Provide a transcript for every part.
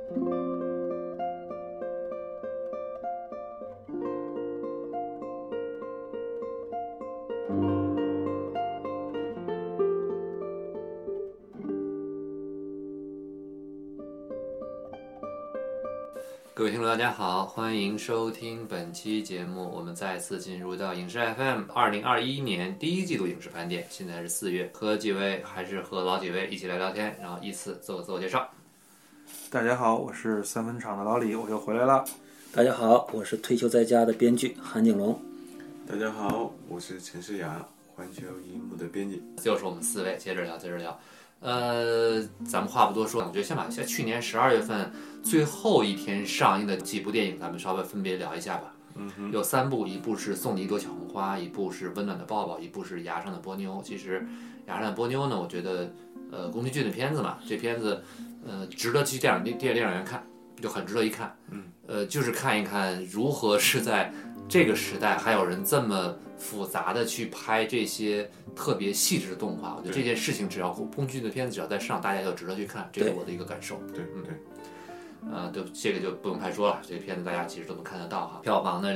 各位听众大家好，欢迎收听本期节目，我们再次进入到影视 FM 2021年第一季度影视盘点，现在是4月，和老几位一起来聊天，然后依次做个自我介绍。 大家好，我是三分厂的老李，我又回来了。 大家好，我是退休在家的编剧韩景龙。 大家好，我是陈世雅，环球银幕的编辑。 就是我们4位接着聊。咱们话不多说，我觉得先把去年12月份最后一天上映的几部电影，咱们稍微分别聊一下吧。有3部，一部是《送你一朵小红花》，一部是《温暖的抱抱》，一部是《崖上的波妞》。其实《崖上的波妞》呢，我觉得宫崎骏的片子嘛，这片子值得去电影院看，就很值得一看。就是看一看如何是在这个时代还有人这么复杂的去拍这些特别细致的动画，我觉得这件事情只要宫崎骏的片子只要在上，大家就值得去看，这是我的一个感受。 对。 这个就不用太说了，这个片子大家其实都能看得到哈。票房呢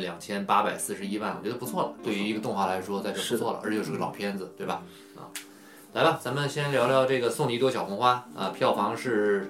2841万，我觉得不错了，对于一个动画来说，在这不错了，而且又是个老片子，对吧？来吧，咱们先聊聊这个《送你一朵小红花》啊，票房是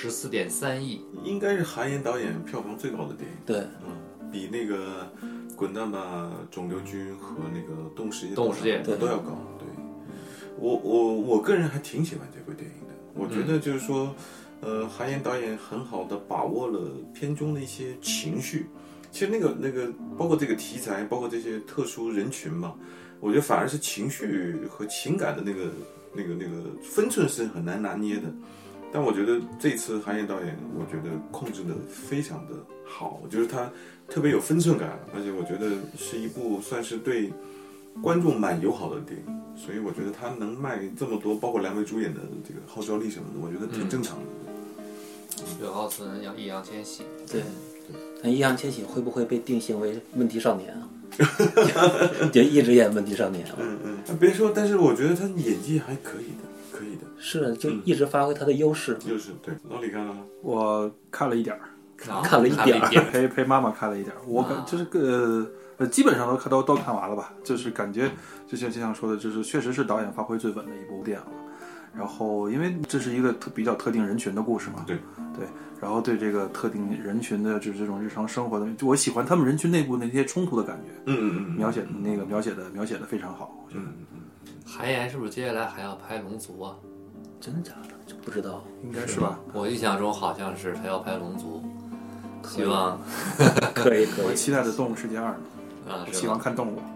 14.3亿， 应该是韩延导演票房最高的电影。 对， 比那个《滚蛋吧，肿瘤君》和那个《动物世界》都要高。对，我个人还挺喜欢这部电影的。我觉得就是说，韩延导演很好的把握了片中的一些情绪。其实那个包括这个题材，包括这些特殊人群嘛，我觉得反而是情绪和情感的那个分寸是很难拿捏的。但我觉得这次韩延导演，我觉得控制的非常的好，就是他特别有分寸感，而且我觉得是一部算是对观众蛮友好的电影，所以我觉得他能卖这么多，包括2位主演的这个号召力什么的，我觉得挺正常的。 刘浩存、易烊千玺， 对。那易烊千玺会不会被定性为问题少年啊？就一直演问题少年。 别说，但是我觉得他演技还可以的。 是，就一直发挥他的优势。 对。老李看了吗？ 我看了一点儿， 看了一点儿， 陪妈妈看了一点儿。我就是基本上都看完了吧，就是感觉就像说的，就是确实是导演发挥最稳的一部电影了。然后因为这是一个比较特定人群的故事嘛，对，然后对这个特定人群的就是这种日常生活的，我喜欢他们人群内部那些冲突的感觉，描写的非常好， 韩延是不是接下来还要拍《龙族》啊？ 真的假的？就不知道， 应该是吧？ 我印象中好像是他要拍《龙族》，希望可以。 我期待的《动物世界2》希望看动物。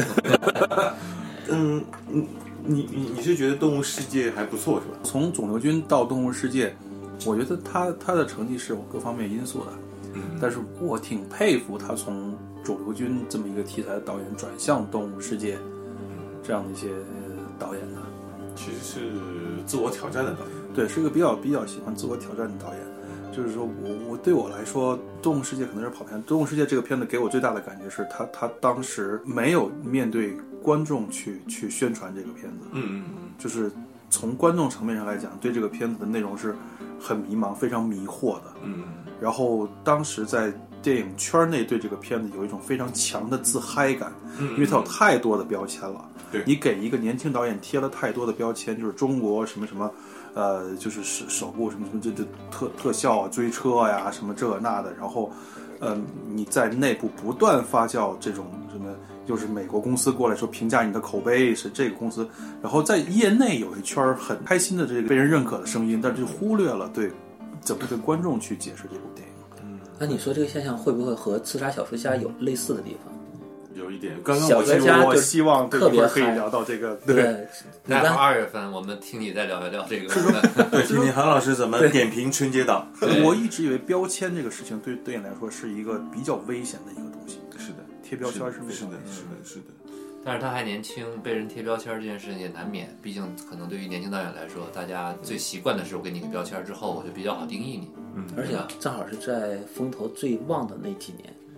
你是觉得《动物世界》还不错是吧？ 从肿瘤君到《动物世界》，我觉得他的成绩是有各方面因素的，但是我挺佩服他从肿瘤君这么一个题材的导演转向《动物世界》这样的一些导演的。 其实是自我挑战的导演， 对，是一个比较喜欢自我挑战的导演。就是说我对我来说，《动物世界》可能是跑偏。《动物世界》这个片子给我最大的感觉是他当时没有面对观众去宣传这个片子，就是从观众层面上来讲，对这个片子的内容是很迷茫、非常迷惑的，然后当时在电影圈内对这个片子有一种非常强的自嗨感，因为它有太多的标签了。你给一个年轻导演贴了太多的标签，就是中国什么什么，就是首部什么什么这特效啊、追车呀、什么这那的，然后，你在内部不断发酵这种什么，又是美国公司过来说评价你的口碑是这个公司，然后在业内有一圈很开心的这个被人认可的声音，但是就忽略了怎么对观众去解释这部电影。 那你说这个现象会不会和刺杀小说家有类似的地方？ 有一点，刚刚我希望特别可以聊到这个。 对， 待会儿2月份我们听你再聊一聊这个。 对，听听韩老师怎么点评春节档。 我一直以为标签这个事情对导演来说是一个比较危险的一个东西。 是的， 贴标签是非常危险的。 是的。 但是他还年轻，被人贴标签这件事情也难免。毕竟可能对于年轻导演来说，大家最习惯的是我给你个标签之后，我就比较好定义你。 而且正好是在风头最旺的那几年。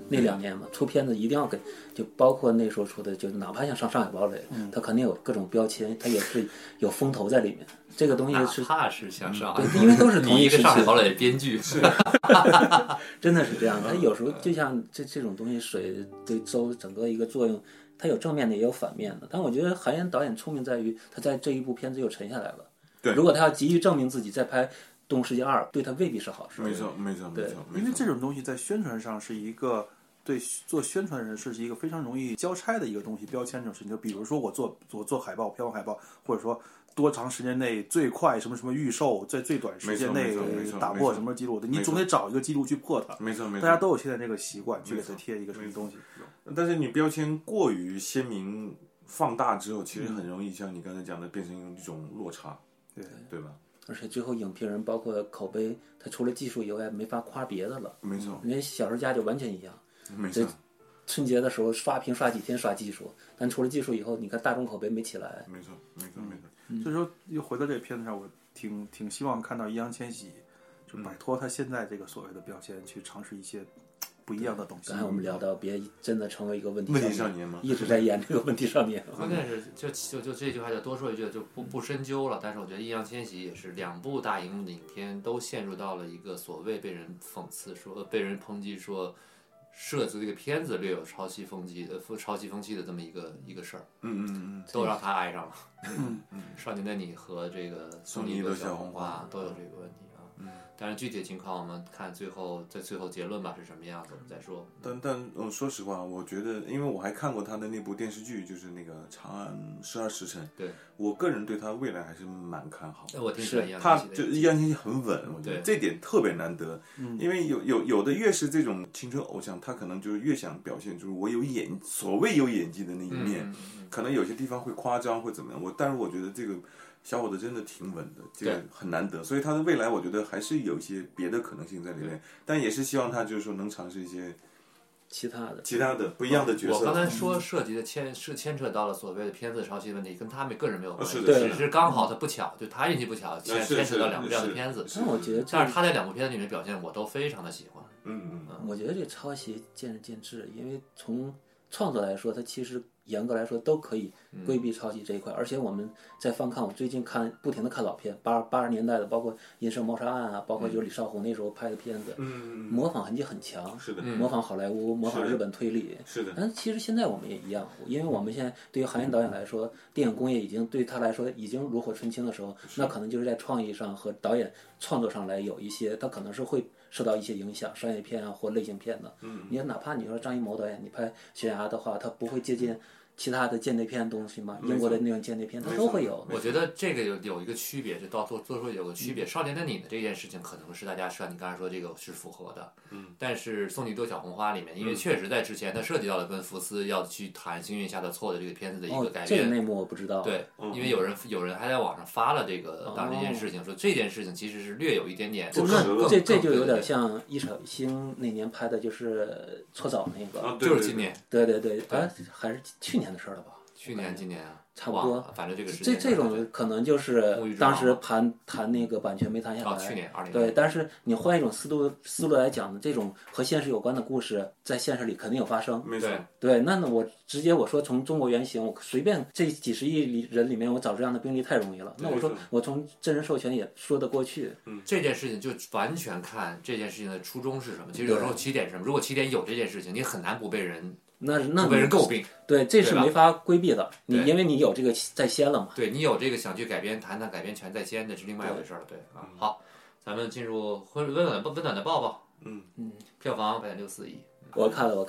那2年嘛，出片子一定要给，就包括那时候出的，就哪怕像上海堡垒，它肯定有各种标签，它也是有风投在里面。这个东西是， 哪怕是像上海， 对，因为都是同一时期。 你一个上海堡垒编剧， 真的是这样。它有时候就像这种东西，水对周整个一个作用，它有正面的也有反面的。但我觉得韩延导演聪明在于，他在这一部片子又沉下来了。 对， 如果他要急于证明自己，再拍《动物世界2》，对他未必是好事。 没错。 因为这种东西在宣传上是一个对做宣传人是一个非常容易交差的一个东西，标签这种事情。就比如说我做海报，票房海报，或者说多长时间内最快什么什么预售，在最短时间内打破什么记录的，你总得找一个记录去破它。 没错， 大家都有现在这个习惯去给它贴一个什么东西。 但是你标签过于鲜明放大之后，其实很容易像你刚才讲的变成一种落差，对吧？ 而且最后影评人包括口碑，他除了技术以外没法夸别的了。 没错， 人家小说家就完全一样。 没错， 春节的时候刷屏刷几天刷技术，但除了技术以后，你看大众口碑没起来。 没错。 所以说又回到这个片子上，我挺希望看到易烊千玺就摆脱他现在这个所谓的标签，去尝试一些不一样的东西。 刚才我们聊到，别真的成为一个问题少年吗？ 一直在演这个问题少年。 关键是就这句话就多说一句，就不深究了。但是我觉得易烊千玺也是2部大荧幕的影片都陷入到了一个所谓被人讽刺说、被人抨击说涉足这个片子略有抄袭风气的这么一个事儿。都让他挨上了。少年的你和这个送你一朵小红花都有这个问题啊。当然具体的情况我们看最后结论吧是什么样子我们再说。 但说实话，我觉得因为我还看过他的那部电视剧，就是那个《长安12时辰》。 对， 我个人对他未来还是蛮看好的。 我挺喜欢易烊千玺的。 他就易烊千玺很稳，我觉得这点特别难得。因为有的越是这种青春偶像，他可能就是越想表现就是我所谓有演技的那一面，可能有些地方会夸张会怎么样。但是我觉得这个小伙子真的挺稳的，这个很难得，所以他的未来我觉得还是有一些别的可能性在里面，但也是希望他就是说能尝试一些其他的不一样的角色。 我刚才说涉及的牵扯到了所谓的片子抄袭问题，跟他们个人没有关系， 只是刚好他不巧，就他运气不巧牵扯到2部这样的片子。 但我觉得， 但是他在2部片子里面表现我都非常的喜欢。 我觉得这抄袭见仁见智，因为从创作来说，它其实严格来说都可以规避抄袭这一块。而且我们在翻看，我最近不停的看老片，80年代的，包括《银色谋杀案》啊，包括就李少红那时候拍的片子，模仿痕迹很强， 是的， 模仿好莱坞，模仿日本推理， 是的。 但其实现在我们也一样，因为我们现在对于韩延导演来说，电影工业对他来说已经炉火纯青的时候，那可能就是在创意上和导演创作上来有一些，他可能是会受到一些影响，商业片啊或类型片的。你哪怕你说张艺谋导演，你拍悬崖的话，他不会借鉴其他的间谍片的东西吗？英国的那种间谍片，它都会有。 我觉得这个有一个区别，就到做出有个区别。少年的你的这件事情，可能是大家像你刚才说这个是符合的。但是送你一朵小红花里面，因为确实在之前它涉及到了跟福斯要去谈《幸运下的错》的这个片子的一个改编。 这个内幕我不知道。 对，因为有人还在网上发了这个当这件事情，说这件事情其实是略有一点点。 这就有点像易小星那年拍的，就是搓澡那个， 就是今年。 对，还是去年的事了吧？ 去年今年啊， 差不多， 反正这个时间这种可能就是当时谈那个版权没谈下来。 去年2020。 对，但是你换一种思路来讲，这种和现实有关的故事，在现实里肯定有发生。 没错。 对，那我直接我说从中国原型，我随便这几十亿人里面，我找这样的病例太容易了。那我说我从真人授权也说得过去。 这件事情就完全看这件事情的初衷是什么。其实有时候起点是什么？如果起点有这件事情，你很难不被人诟病。 对，这是没法规避的。因为你有这个在先了嘛。 对，你有这个想去改编谈改编权在先，这是另外一回事儿。对啊，好，咱们进入温暖的抱抱。票房8.64亿。 我看了。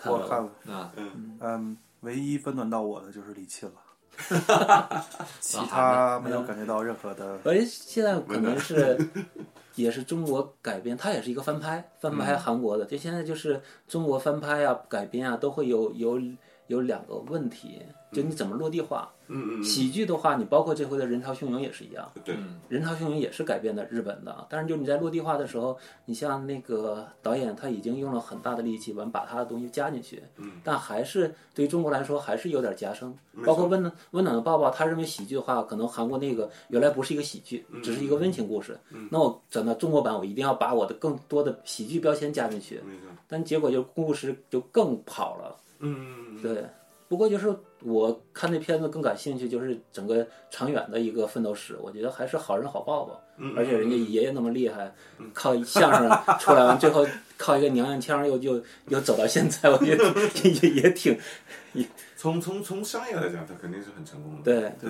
唯一温暖到我的就是李沁了，其他没有感觉到任何的。 现在可能是也是中国改编，它也是一个翻拍韩国的。就现在就是中国翻拍啊、改编啊，都会有2个问题。 就你怎么落地化。喜剧的话，你包括这回的人潮汹涌也是一样。 对， 人潮汹涌也是改编的日本的，但是就你在落地化的时候，你像那个导演他已经用了很大的力气把他的东西加进去，但还是对于中国来说还是有点夹生。包括温暖的抱抱，他认为喜剧的话，可能韩国那个原来不是一个喜剧，只是一个温情故事。那我整到中国版，我一定要把我的更多的喜剧标签加进去，但结果就故事就更跑了。对。不过就是我看这片子更感兴趣，就是整个长远的一个奋斗史，我觉得还是好人好报吧。而且人家爷爷那么厉害，靠相声出来完，最后靠一个娘娘腔又走到现在，我觉得也挺。 从商业来讲，他肯定是很成功的。 对对，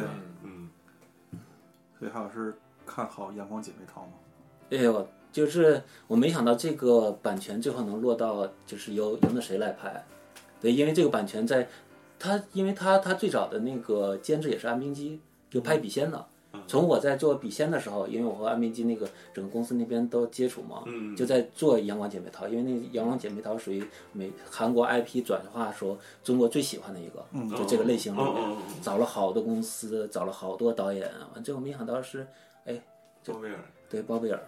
所以还有是看好《阳光姐妹淘》吗？ 哎呦，就是我没想到这个版权最后能落到就是由那谁来拍。对，因为这个版权因为他最早的那个监制也是安冰基，就拍笔仙的。从我在做笔仙的时候，因为我和安冰基那个整个公司那边都接触嘛，就在做阳光姐妹淘，因为那个阳光姐妹淘属于韩国 IP 转化说中国最喜欢的一个，就这个类型里面，找了好多公司，找了好多导演，完最后没想到是， 包贝尔， 对，包贝尔，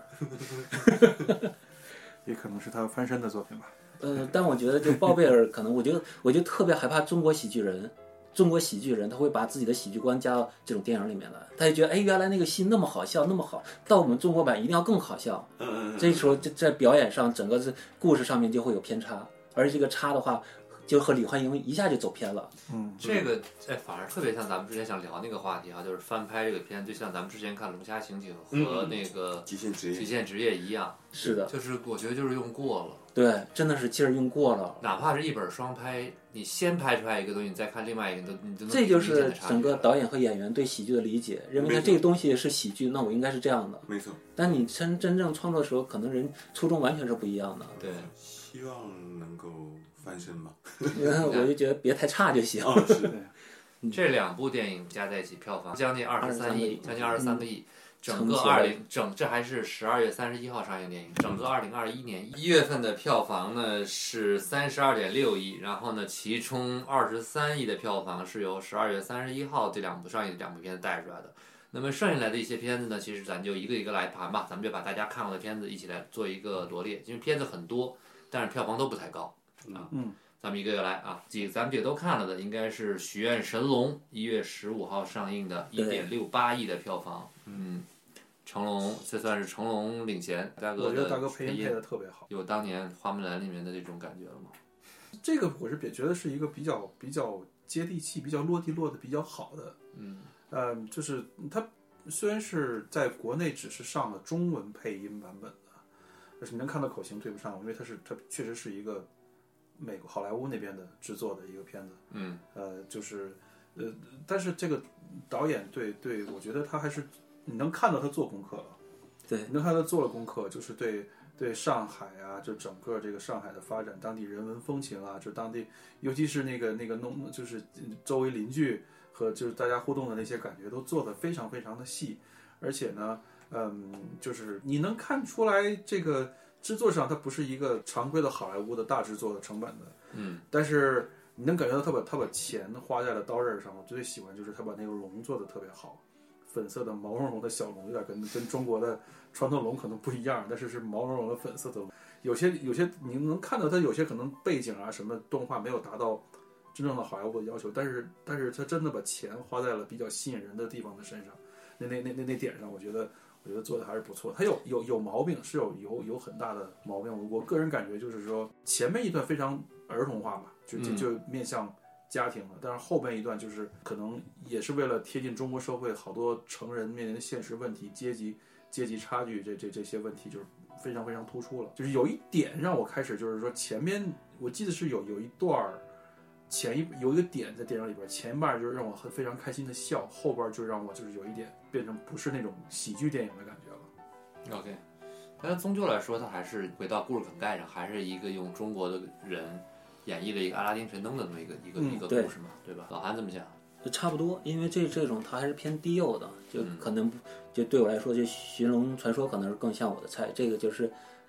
也可能是他翻身的作品吧。 但我觉得就包贝尔可能，我就特别害怕中国喜剧人他会把自己的喜剧观加到这种电影里面来，他就觉得原来那个戏那么好笑那么好，到我们中国版一定要更好笑。这时候在表演上整个故事上面就会有偏差，而这个差的话就和李焕英一下就走偏了。 这个反而特别像咱们之前想聊那个话题啊，就是翻拍这个片，就像咱们之前看《龙虾刑警》和那个极限职业一样。 是的， 就是我觉得就是用过了。 对，真的是劲儿用过了。 哪怕是一本双拍，你先拍出来一个东西，你再看另外一个，你都能。 这就是整个导演和演员对喜剧的理解，认为他这个东西是喜剧，那我应该是这样的。 没错。 但你真正创作的时候，可能人初衷完全是不一样的。 对， 希望能够翻身吧。 我就觉得别太差就行。 是。 这两部电影加在一起票房将近23亿，将近23个亿。整个这还是12月31号上映电影，整个2021年1月份的票房呢是32.6亿，然后呢其中23亿的票房是由12月31号这两部上映的两部片子带出来的。那么剩下来的一些片子呢，其实咱就一个一个来盘吧，咱们就把大家看过的片子一起来做一个罗列，因为片子很多，但是票房都不太高啊。咱们一个一个来啊，咱们这个都看了的应该是《许愿神龙》1月15号上映的1.68亿的票房。成龙这算是成龙领衔，大哥的我觉得大哥配音配的特别好， 有当年《花木兰》里面的这种感觉了吗？ 这个我是觉得是一个比较接地气、比较落地落的比较好的。就是它虽然是在国内只是上了中文配音版本的，但是你能看到口型对不上，因为它确实是一个美国好莱坞那边的制作的一个片子。但是这个导演对我觉得他还是你能看到他做功课了。 对， 你能看到他做了功课，就是对上海啊，就整个这个上海的发展，当地人文风情啊，就当地尤其是那个就是周围邻居和就是大家互动的那些感觉都做得非常非常的细，而且呢，就是你能看出来这个制作上它不是一个常规的好莱坞的大制作的成本的，但是你能感觉到他把钱花在了刀刃上。我最喜欢就是他把那个龙做得特别好，粉色的毛茸茸的小龙，有点跟中国的传统龙可能不一样，但是毛茸茸的粉色的龙。有些你能看到它有些可能背景啊什么动画没有达到真正的好莱坞的要求，但是他真的把钱花在了比较吸引人的地方的身上，那点上，我觉得做的还是不错。他有毛病，是有很大的毛病。我个人感觉就是说前面一段非常儿童化吧，就面向家庭了，但是后边一段就是可能也是为了贴近中国社会好多成人面临的现实问题，阶级差距这些问题就是非常非常突出了。就是有一点让我开始就是说前面我记得是有一段有一个点在电影里边，前一半就是让我非常开心的笑，后边就让我就是有一点变成不是那种喜剧电影的感觉了。 OK， 但终究来说，它还是回到故事梗概上，还是一个用中国的人演绎了一个阿拉丁神灯的那么一个故事嘛，对吧？老韩怎么想？ 差不多，因为这种它还是偏低幼的，就可能就对我来说，就《寻龙传说》可能是更像我的菜。这个就是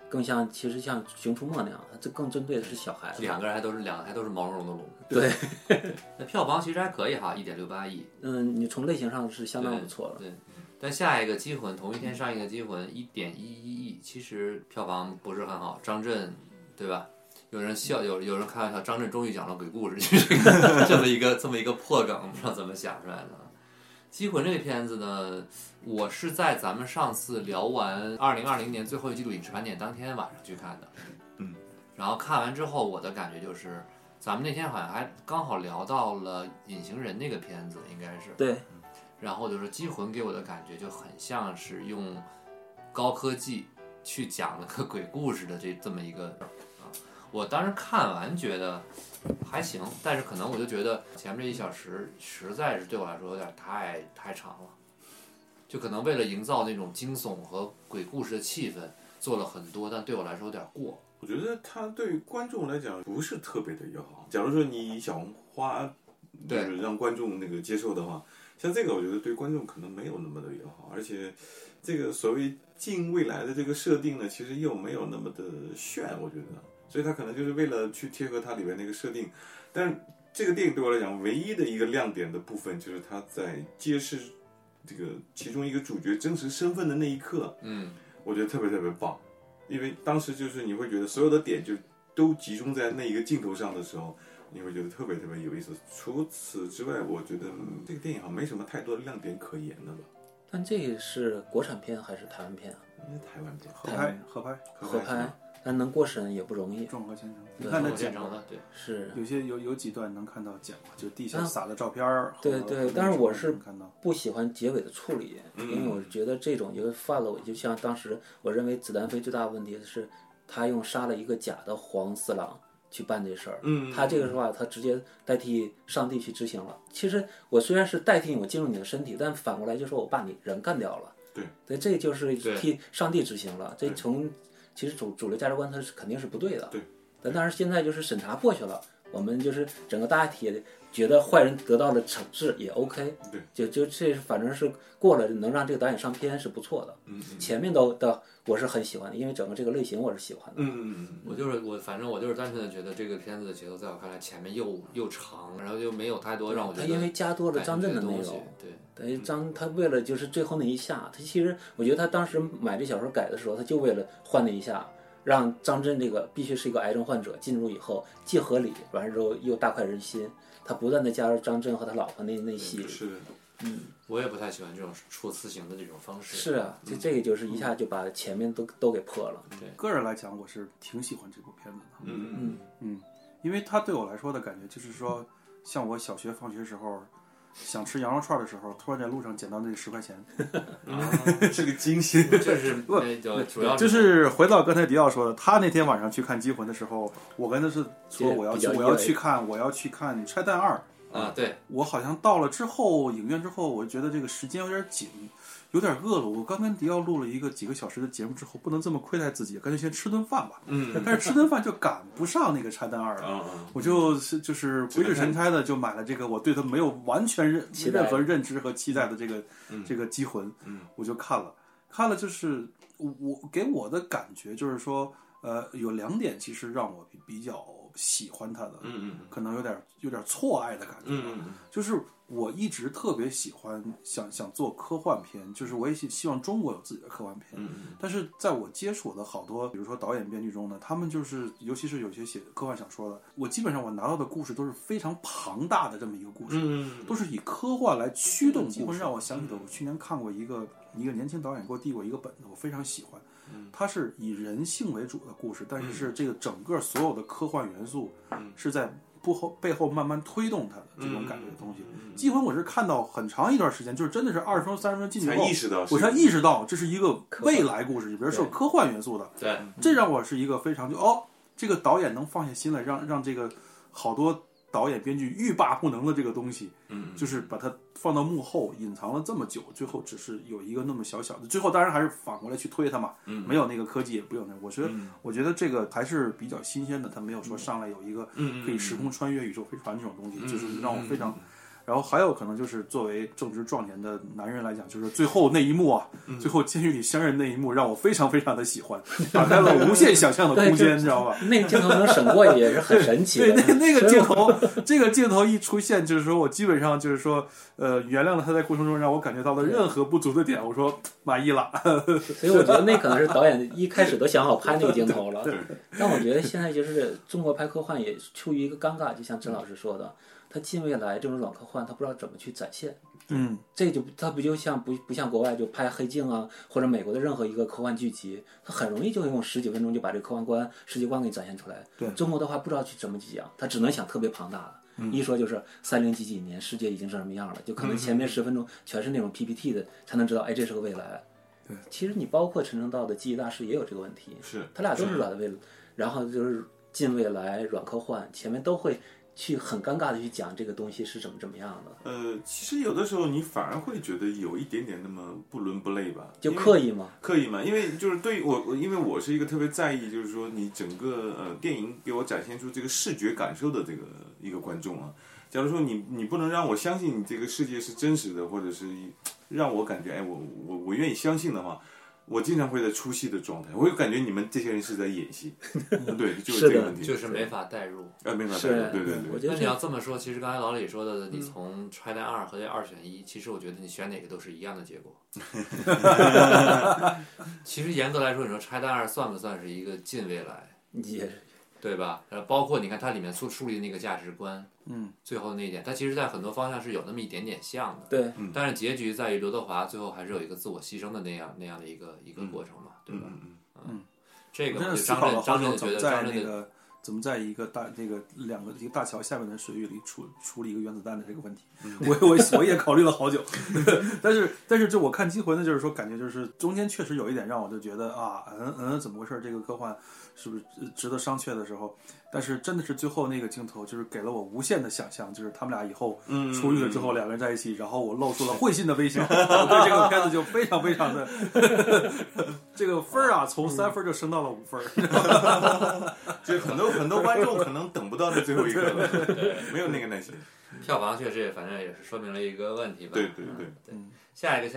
更像其实像《熊出没》那样，它这更针对的是小孩子。 两个还都是毛茸茸的龙。 对， 那票房其实还可以哈，1.68亿。 你从类型上是相当不错了。 对。但下一个《机魂》同一天上映的《机魂》1.11亿，其实票房不是很好。张震，对吧？有人笑，有人开玩笑，张震终于讲了鬼故事，这么一个破梗，不知道怎么想出来的。《机魂》这个片子呢，我是在咱们上次聊完2020年最后一季度影视盘点当天晚上去看的。然后看完之后，我的感觉就是，咱们那天好像还刚好聊到了《隐形人》那个片子，应该是。 对。 然后就是《机魂》给我的感觉就很像是用高科技去讲了个鬼故事的这么一个啊。我当时看完觉得还行，但是可能我就觉得前面这1小时实在是对我来说有点太长了，就可能为了营造那种惊悚和鬼故事的气氛做了很多，但对我来说有点过。 我觉得它对观众来讲不是特别的友好。假如说你想花就是让观众那个接受的话，像这个我觉得对观众可能没有那么的友好，而且这个所谓近未来的这个设定呢，其实又没有那么的炫，我觉得，所以它可能就是为了去贴合它里面那个设定。但这个电影对我来讲唯一的一个亮点的部分，就是它在揭示这个其中一个主角真实身份的那一刻，我觉得特别特别棒。因为当时就是你会觉得所有的点就都集中在那一个镜头上的时候，你会觉得特别特别有意思。除此之外，我觉得这个电影好像没什么太多的亮点可言的吧。 但这是国产片还是台湾片啊？ 应该台湾片， 合拍， 但能过审也不容易。 壮阔前程，你看它剪了，对， 是有几段能看到剪嘛，就地下撒的照片对，但是我是不喜欢结尾的处理，因为我觉得这种就犯了我，就像当时我认为子弹飞最大的问题是，他用杀了一个假的黄四郎去办这事儿，他这个的话，他直接代替上帝去执行了。其实我虽然是代替我进入你的身体，但反过来就说我把你人干掉了。对，这就是替上帝执行了。这从其实主流价值观它是肯定是不对的。 对。 但是现在就是审查过去了，我们就是整个大体觉得坏人得到了惩治也 OK。 对。 就这反正是过了，能让这个导演上片是不错的。前面的我是很喜欢的，因为整个这个类型我是喜欢的。 反正我就是单纯的觉得这个片子的节奏在我看来前面又长，然后又没有太多让我觉得。 他因为加多了张震的内容， 对， 等于他为了就是最后那一下，他其实我觉得他当时买这小说改的时候，他就为了换那一下，让张震这个必须是一个癌症患者进入以后既合理，完了之后又大快人心，他不断的加入张震和他老婆那戏。 是的。 我也不太喜欢这种戳私刑的这种方式。 是啊，这个就是一下就把前面都给破了。 对， 个人来讲，我是挺喜欢这部片子的。因为它对我来说的感觉就是说，像我小学放学时候想吃羊肉串的时候，突然在路上捡到那10块钱， 是个惊喜。 就是主要就是回到刚才迪奥说的，他那天晚上去看《机魂》的时候，我跟他是说我要去看《拆弹2》。 对， 我好像到了之后影院之后，我觉得这个时间有点紧，有点饿了。我刚跟迪奥录了几个小时的节目之后，不能这么亏待自己，干脆先吃顿饭吧。但是吃顿饭就赶不上那个拆弹2了。我就是鬼使神差的就买了这个，我对它没有完全任何认知和期待的这个机魂，我就看了，就是我给我的感觉就是说，有2点其实让我比较喜欢他的，可能有点错爱的感觉，就是我一直特别喜欢想做科幻片，就是我也希望中国有自己的科幻片，但是在我接触的好多，比如说导演编剧中呢，他们就是尤其是有些写科幻小说的，我基本上我拿到的故事都是非常庞大的这么一个故事，都是以科幻来驱动故事，让我想起了我去年看过一个年轻导演给我递过一个本子，我非常喜欢。它是以人性为主的故事，但是这个整个所有的科幻元素是在背后慢慢推动它的这种感觉的东西。机魂我是看到很长一段时间，就是真的是20分钟30分钟进去后，我才意识到这是一个未来故事，里边是有科幻元素的。 对， 这让我是一个非常这个导演能放下心来，让这个好多导演编剧欲罢不能的这个东西，就是把它放到幕后隐藏了这么久，最后只是有一个那么小小的，最后当然还是反过来去推它嘛，没有那个科技也不用那，我觉得这个还是比较新鲜的，它没有说上来有一个可以时空穿越宇宙飞船这种东西，就是让我非常然后还有可能就是作为正值壮年的男人来讲，就是最后那一幕啊，最后监狱里相认那一幕让我非常非常的喜欢，打开了无限想象的空间，你知道吧？ 那个镜头能省过也是很神奇的。 对，那个镜头，这个镜头一出现，就是说我基本上就是说，原谅了他在过程中让我感觉到的任何不足的点，我说满意了。 所以我觉得那可能是导演一开始都想好拍那个镜头了。但我觉得现在就是中国拍科幻也处于一个尴尬，就像郑老师说的。它近未来这种软科幻，它不知道怎么去展现。这就它不就像不像国外就拍黑镜啊，或者美国的任何一个科幻剧集，它很容易就用10几分钟就把这个科幻观、世界观给展现出来。 对， 中国的话不知道去怎么去讲，它只能想特别庞大的。一说就是30几年世界已经是什么样了，就可能前面10分钟全是那种 PPT 的，才能知道哎这是个未来。 对， 其实你包括陈正道的《记忆大师》也有这个问题， 是他俩都是软未来，然后就是近未来、软科幻，前面都会去很尴尬的去讲这个东西是怎么样的。 其实有的时候你反而会觉得有一点点那么不伦不类吧， 就刻意嘛， 因为就是对于我，因为我是一个特别在意，就是说你整个电影给我展现出这个视觉感受的这个一个观众啊。假如说你不能让我相信你这个世界是真实的，或者是让我感觉哎我愿意相信的话，我经常会在出戏的状态，我会感觉你们这些人是在演戏。对，就是这个问题， 就是没法代入。 没法代入，对。 我觉得那你要这么说，其实刚才老李说的，你从拆弹2和这2选1，其实我觉得你选哪个都是一样的结果。其实严格来说，你说拆弹2算不算是一个近未来？ 也对吧？包括你看它里面树立那个价值观，最后那一点，它其实在很多方向是有那么一点点像的。 对， 但是结局在于刘德华最后还是有一个自我牺牲的那样的一个过程嘛，对吧？这个我真的思考了好久，怎么在一个一个大桥下面的水域里处理一个原子弹的这个问题，我也考虑了好久，但是就我看《机魂》呢，就是说感觉就是中间确实有一点让我就觉得啊，怎么回事？这个科幻是不是值得商榷的时候？但是真的是最后那个镜头，就是给了我无限的想象，就是他们俩以后出狱了之后，两个人在一起，然后我露出了会心的微笑，我对这个片子就非常非常的这个分啊，从3分就升到了5分。 就很多观众可能等不到那最后一刻了，没有那个耐心。 票房确实反正也是说明了一个问题吧。 对。 下一个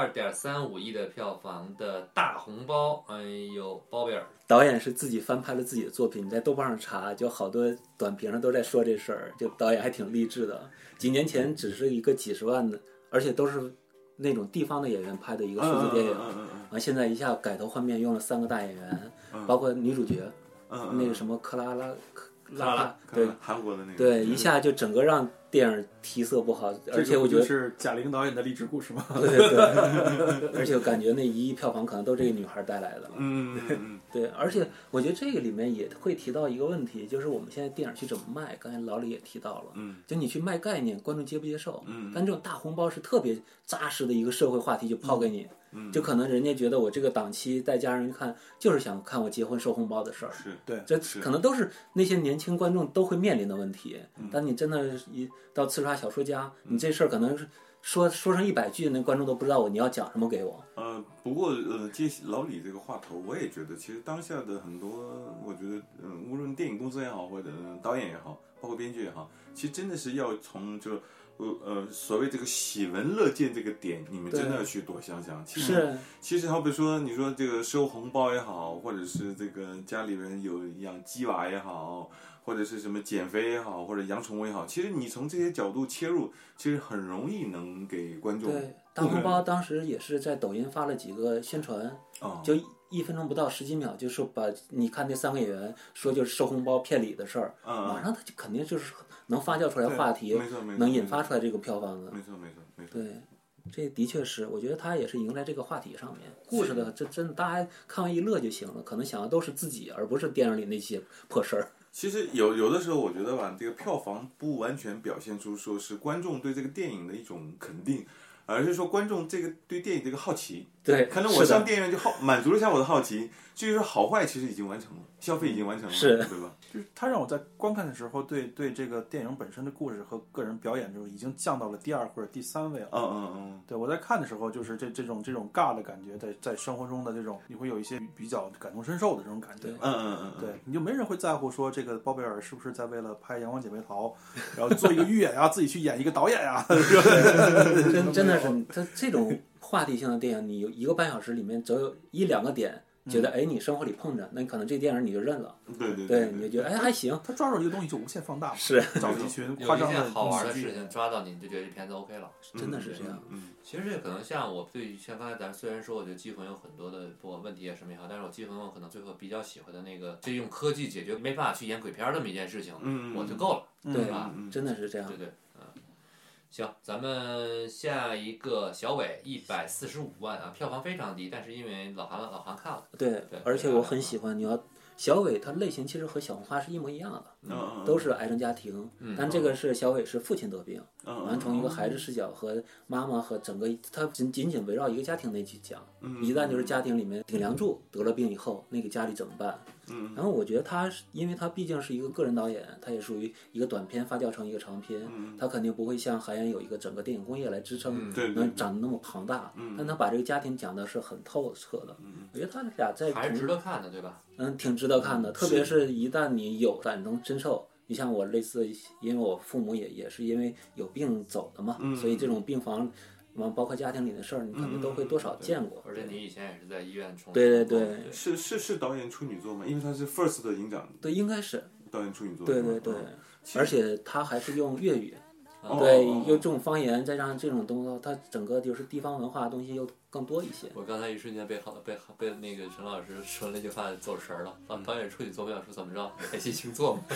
2.35亿的票房的大红包，哎呦，包贝尔导演是自己翻拍了自己的作品，你在豆瓣上查，就好多短评上都在说这事儿，就导演还挺励志的。几年前只是一个几十万的，而且都是那种地方的演员拍的一个数字电影，现在一下改头换面，用了3个大演员，包括女主角，那个什么克拉拉，对， 韩国的那个， 对，一下就整个让电影提色不好，而且我觉得是贾玲导演的励志故事嘛。 对，而且我感觉那1亿票房可能都这个女孩带来的了。对，而且我觉得这个里面也会提到一个问题，就是我们现在电影去怎么卖。刚才老李也提到了，就你去卖概念，观众接不接受？但这种大红包是特别扎实的一个社会话题，就抛给你。就可能人家觉得我这个档期带家人看，就是想看我结婚收红包的事儿。 是对， 这可能都是那些年轻观众都会面临的问题。但你真的一到刺杀小说家，你这事儿可能是说成100句，那观众都不知道你要讲什么给我。 不过接老李这个话头，我也觉得其实当下的很多，我觉得无论电影公司也好，或者导演也好，包括编剧也好，其实真的是要从就。所谓这个喜闻乐见这个点，你们真的要去多想想。其实好比说，你说这个收红包也好，或者是这个家里人有养鸡娃也好，或者是什么减肥也好，或者养宠物也好，其实你从这些角度切入，其实很容易能给观众。 对，大红包当时也是在抖音发了几个宣传，就1分钟不到10几秒，就说把你看那3个演员说就是收红包骗礼的事儿，马上他就肯定就是能发酵出来话题，能引发出来这个票房的。 没错。 对，这的确是，我觉得他也是赢在这个话题上面。故事的这真的大家看完一乐就行了，可能想的都是自己，而不是电影里那些破事儿。 其实有的时候，我觉得吧，这个票房不完全表现出说是观众对这个电影的一种肯定。 而是说观众这个对电影这个好奇。 对， 可能我上电影院就满足了一下我的好奇，至于说好坏其实已经完成了，消费已经完成了， 是， 对吧？ 就是他让我在观看的时候对这个电影本身的故事和个人表演就已经降到了第2或者第3位了。对，我在看的时候就是这种尬的感觉，在生活中的这种你会有一些比较感同身受的这种感觉。对，你就没人会在乎说这个包贝尔是不是在为了拍《阳光姐妹淘》，然后做一个预演呀，自己去演一个导演呀。 真的是他这种话题性的电影，你有1个半小时里面总有1-2个点。觉得你生活里碰着，那可能这电影你就认了，对，你就觉得还行。 他抓住一个东西就无限放大， 是找一群有夸张的好玩的事情抓到你就觉得这片子 OK 了， 真的是这样。 其实这可能像我对像刚才咱虽然说我觉得《机魂》有很多的不管问题也什么也好，但是我《机魂》我可能最后比较喜欢的那个，就用科技解决没办法去演鬼片这么一件事情，我就够了， 对吧？ 真的是这样。 对。行，咱们下一个小伟145万啊，票房非常低，但是因为老韩看了， 对，而且我很喜欢。你要小伟，他类型其实和小红花是一模一样的，都是癌症家庭，但这个是小伟是父亲得病，完从一个孩子视角和妈妈和整个他仅仅围绕一个家庭内去讲，一旦就是家庭里面顶梁柱得了病以后，那个家里怎么办？然后我觉得因为他毕竟是一个个人导演，他也属于一个短片发酵成一个长片，他肯定不会像韩延有一个整个电影工业来支撑，能长得那么庞大，但他把这个家庭讲的是很透彻的，我觉得他俩在还是值得看的，对吧？ 挺值得看的，特别是一旦你有感同身受。你像我类似，因为我父母也是因为有病走的嘛，所以这种病房。包括家庭里的事儿，你可能都会多少见过。 而且你以前也是在医院从对， 是导演处女作吗？因为他是 First 的影展。 对，应该是导演处女作。 对，而且他还是用粤语，对，用这种方言，再让这种东西，它整个就是地方文化的东西又更多一些。 我刚才一瞬间被那个陈老师说那句话走神儿了。导演处女作，我想说怎么着？开心星座吗？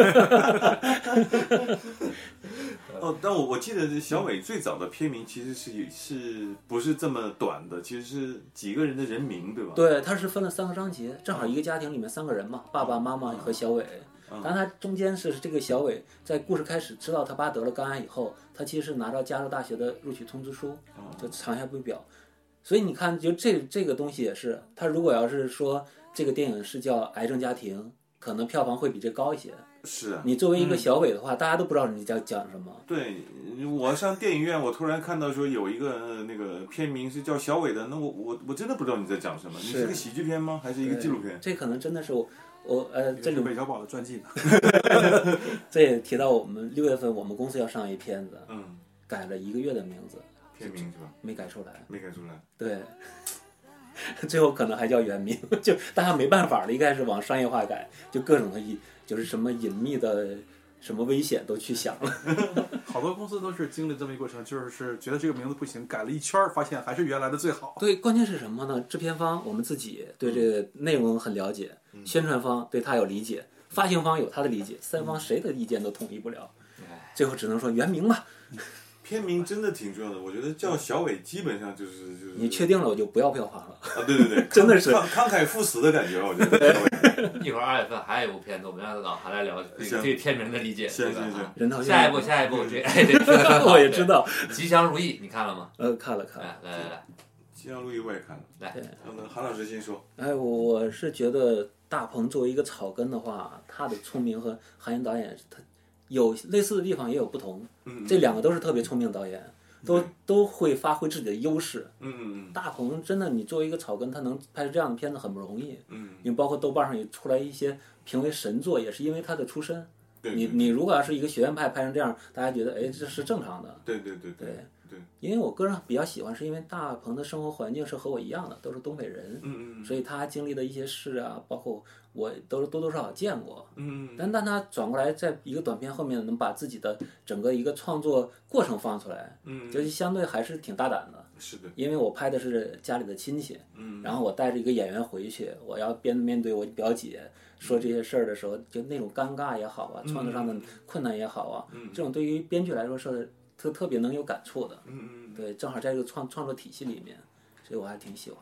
但我记得小伟最早的片名其实是不是这么短的？其实是几个人的人名，对吧？ 对，他是分了3个章节，正好一个家庭里面3个人嘛，爸爸妈妈和小伟。但他中间是这个小伟在故事开始知道他爸得了肝癌以后，他其实是拿到加州大学的录取通知书，就长下不表。所以你看，就这个东西也是，他如果要是说这个电影是叫《癌症家庭》，可能票房会比这高一些。 是啊， 你作为一个小伟的话，大家都不知道你在讲什么。 对，我上电影院，我突然看到说有一个那个片名是叫小伟的，那我真的不知道你在讲什么。你是个喜剧片吗？还是一个纪录片？ 这可能真的是这里韦小宝的传记呢。 这也提到我们6月份我们公司要上一片子，改了1个月的名字， 片名是吧？ 没改出来。对。最后可能还叫原名，就大家没办法了，一开始往商业化改，就各种的就是什么隐秘的什么危险都去想了。 好多公司都是经历这么一过程，就是觉得这个名字不行，改了一圈，发现还是原来的最好。 对，关键是什么呢？制片方我们自己对这个内容很了解，宣传方对他有理解，发行方有他的理解，3方谁的意见都统一不了，最后只能说原名吧。 片名真的挺重要的，我觉得叫小伟基本上就是你确定了我就不要票房了啊！对， 真的是慷慨赴死的感觉，我觉得。 一会儿2月份还有一部片子，我们让老韩来聊对片名的理解。 行， 下一步这我也知道， 吉祥如意你看了吗？ 看了。 来， 吉祥如意我也看了。 来， 韩老师先说。 我是觉得大鹏作为一个草根的话，他的聪明和韩延导演他。有类似的地方，也有不同。这2个都是特别聪明的导演，都会发挥自己的优势。大鹏真的，你作为一个草根，他能拍出这样的片子很不容易。因为包括豆瓣上也出来一些评为神作，也是因为他的出身。你如果要是一个学院派拍成这样，大家觉得这是正常的。 对。 因为我个人比较喜欢，是因为大鹏的生活环境是和我一样的，都是东北人。所以他经历的一些事啊，包括我都多多少少见过。但他转过来，在一个短片后面能把自己的整个一个创作过程放出来，就是相对还是挺大胆的。 是的。 因为我拍的是家里的亲戚，然后我带着一个演员回去，我要面对我表姐说这些事儿的时候，就那种尴尬也好啊，创作上的困难也好啊，这种对于编剧来说是特别能有感触的。对，正好在这个创作体系里面，所以我还挺喜欢的。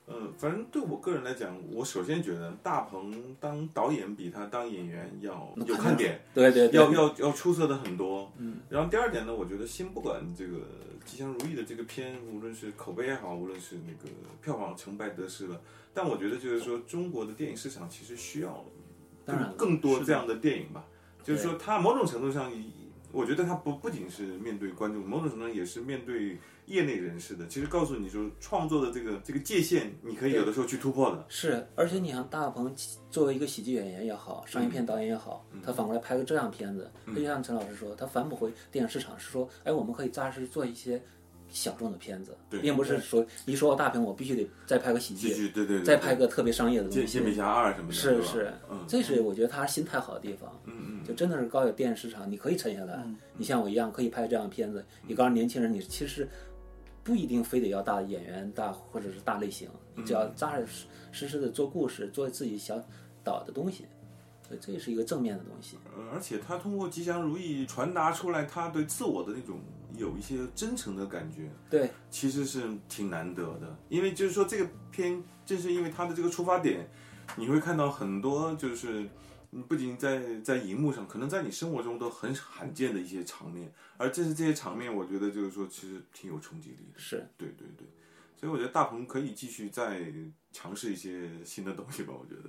反正对我个人来讲，我首先觉得大鹏当导演比他当演员要有看点， 对， 要出色的很多。然后第二点呢，我觉得先不管这个吉祥如意的这个片，无论是口碑也好，无论是那个票房成败得失了，但我觉得就是说中国的电影市场其实需要更多这样的电影吧。就是说，它某种程度上，我觉得它不仅是面对观众，某种程度上也是面对业内人士的。其实告诉你说，创作的这个界限，你可以有的时候去突破的。 是，而且你像大鹏作为一个喜剧演员也好，商业片导演也好，他反过来拍个这样片子，就像陈老师说，他反哺回电影市场是说，哎，我们可以扎实做一些小众的片子，并不是说一说到大屏我必须得再拍个喜剧， 对， 再拍个特别商业的东西， 煎饼侠2什么的， 是，这是我觉得他心态好的地方，就真的是高有电影市场，你可以沉下来，你像我一样可以拍这样的片子，你告诉年轻人，你其实不一定非得要大的演员或者是大类型，你只要扎实实的做故事，做自己想导的东西。所以这是一个正面的东西， 而且他通过吉祥如意传达出来他对自我的那种有一些真诚的感觉， 对， 其实是挺难得的。因为就是说这个片正是因为他的这个出发点，你会看到很多就是不仅在荧幕上，可能在你生活中都很罕见的一些场面，而正是这些场面，我觉得就是说其实挺有冲击力的。 是， 对，所以我觉得大鹏可以继续再尝试一些新的东西吧，我觉得。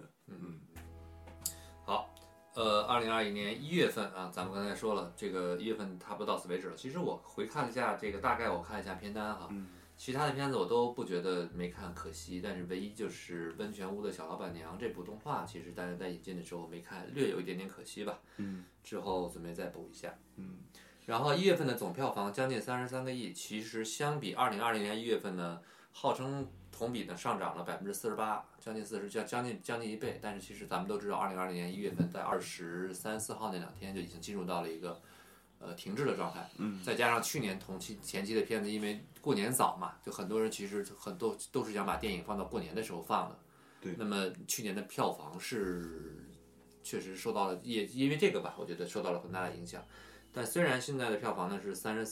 好，2021年1月份啊，咱们刚才说了，这个1月份差不多到此为止了。其实我回看了一下这个，大概我看了一下片单哈，其他的片子我都不觉得没看可惜，但是唯一就是《温泉屋的小老板娘》这部动画，其实大家在引进的时候没看，略有一点点可惜吧。之后准备再补一下。然后1月份的总票房将近33个亿，其实相比2020年1月份呢，号称同比呢上涨了48%，将近40%，将近1倍。但是其实咱们都知道，2020年1月份在23、24号那2天就已经进入到了一个停滞的状态。再加上去年同期前期的片子，因为过年早嘛，就很多人其实很多都是想把电影放到过年的时候放的。 对。 那么去年的票房是确实受到了，也因为这个吧，我觉得受到了很大的影响。但虽然现在的票房呢是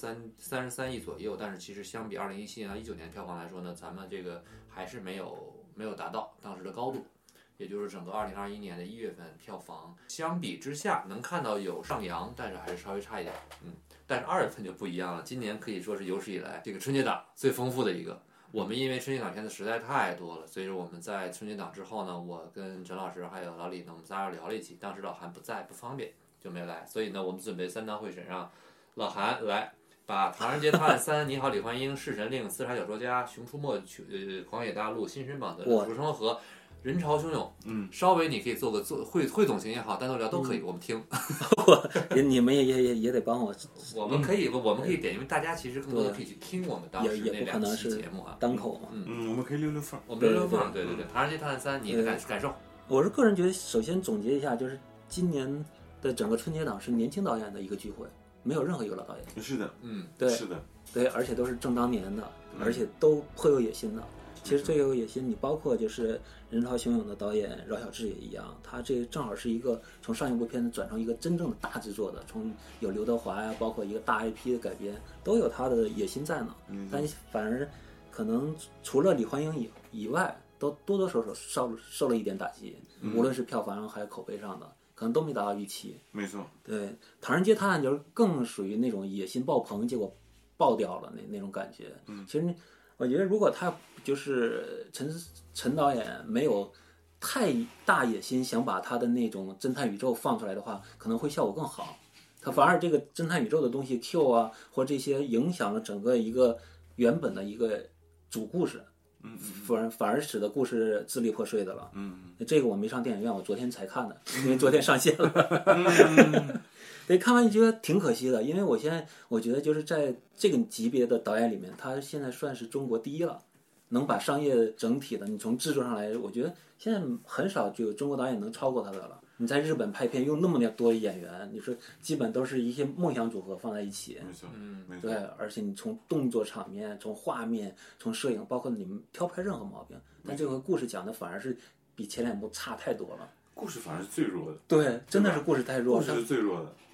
33亿左右，但是其实相比2017年到19年票房来说呢，咱们这个还是没有达到当时的高度，也就是整个2021年的1月份票房相比之下能看到有上扬，但是还是稍微差一点。但是2月份就不一样了，今年可以说是有史以来这个春节档最丰富的一个。我们因为春节档片子实在太多了，所以说我们在春节档之后呢，我跟陈老师还有老李呢，我们仨人聊了一起，当时老韩不在，不方便。就没来，所以呢，我们准备3档会审，让老韩来把《唐人街探案3》、《你好，李焕英》、《弑神令》、《刺杀小说家》、《熊出没》、狂野大陆》、《新生榜的主城河》、人潮汹涌，稍微你可以做个汇总型也好，单独聊都可以，我们听。 你们也得帮我。 我们可以点，因为大家其实更多的可以去听我们当时那2期节目啊， 单口嘛。 我们可以溜缝。 我们溜缝，对，《唐人街探案3》，你的感受？ 我是个人觉得，首先总结一下，就是今年的整个春节档是年轻导演的一个聚会，没有任何一个老导演。 是的， 对， 是的， 对，而且都是正当年的，而且都颇有野心的。其实最有野心，你包括就是人潮汹涌的导演饶晓志也一样，他这正好是一个从上一部片子转成一个真正的大制作的，从有刘德华呀，包括一个大 IP 的改编，都有他的野心在呢。但反而可能除了李焕英以外，都多少受了一点打击，无论是票房还是口碑上的。可能都没达到预期， 没错。 对，《唐人街探案》就是更属于那种野心爆棚，结果爆掉了那种感觉。其实我觉得，如果他就是陈导演没有太大野心，想把他的那种侦探宇宙放出来的话，可能会效果更好。他反而这个侦探宇宙的东西 Q 啊，或这些影响了整个一个原本的一个主故事。反而使得故事支离破碎的了。这个我没上电影院，我昨天才看的，因为昨天上线了。对，看完觉得挺可惜的，因为我觉得就是在这个级别的导演里面，他现在算是中国第一了，能把商业整体的，你从制作上来，我觉得现在很少就有中国导演能超过他的了。你在日本拍片用那么多演员，你说基本都是一些梦想组合放在一起， 没错， 对，而且你从动作场面、从画面、从摄影，包括你们挑不出来任何毛病，但这回故事讲的反而是比前2部差太多了。 故事反而是最弱的。 对，真的是故事太弱， 故事是最弱的。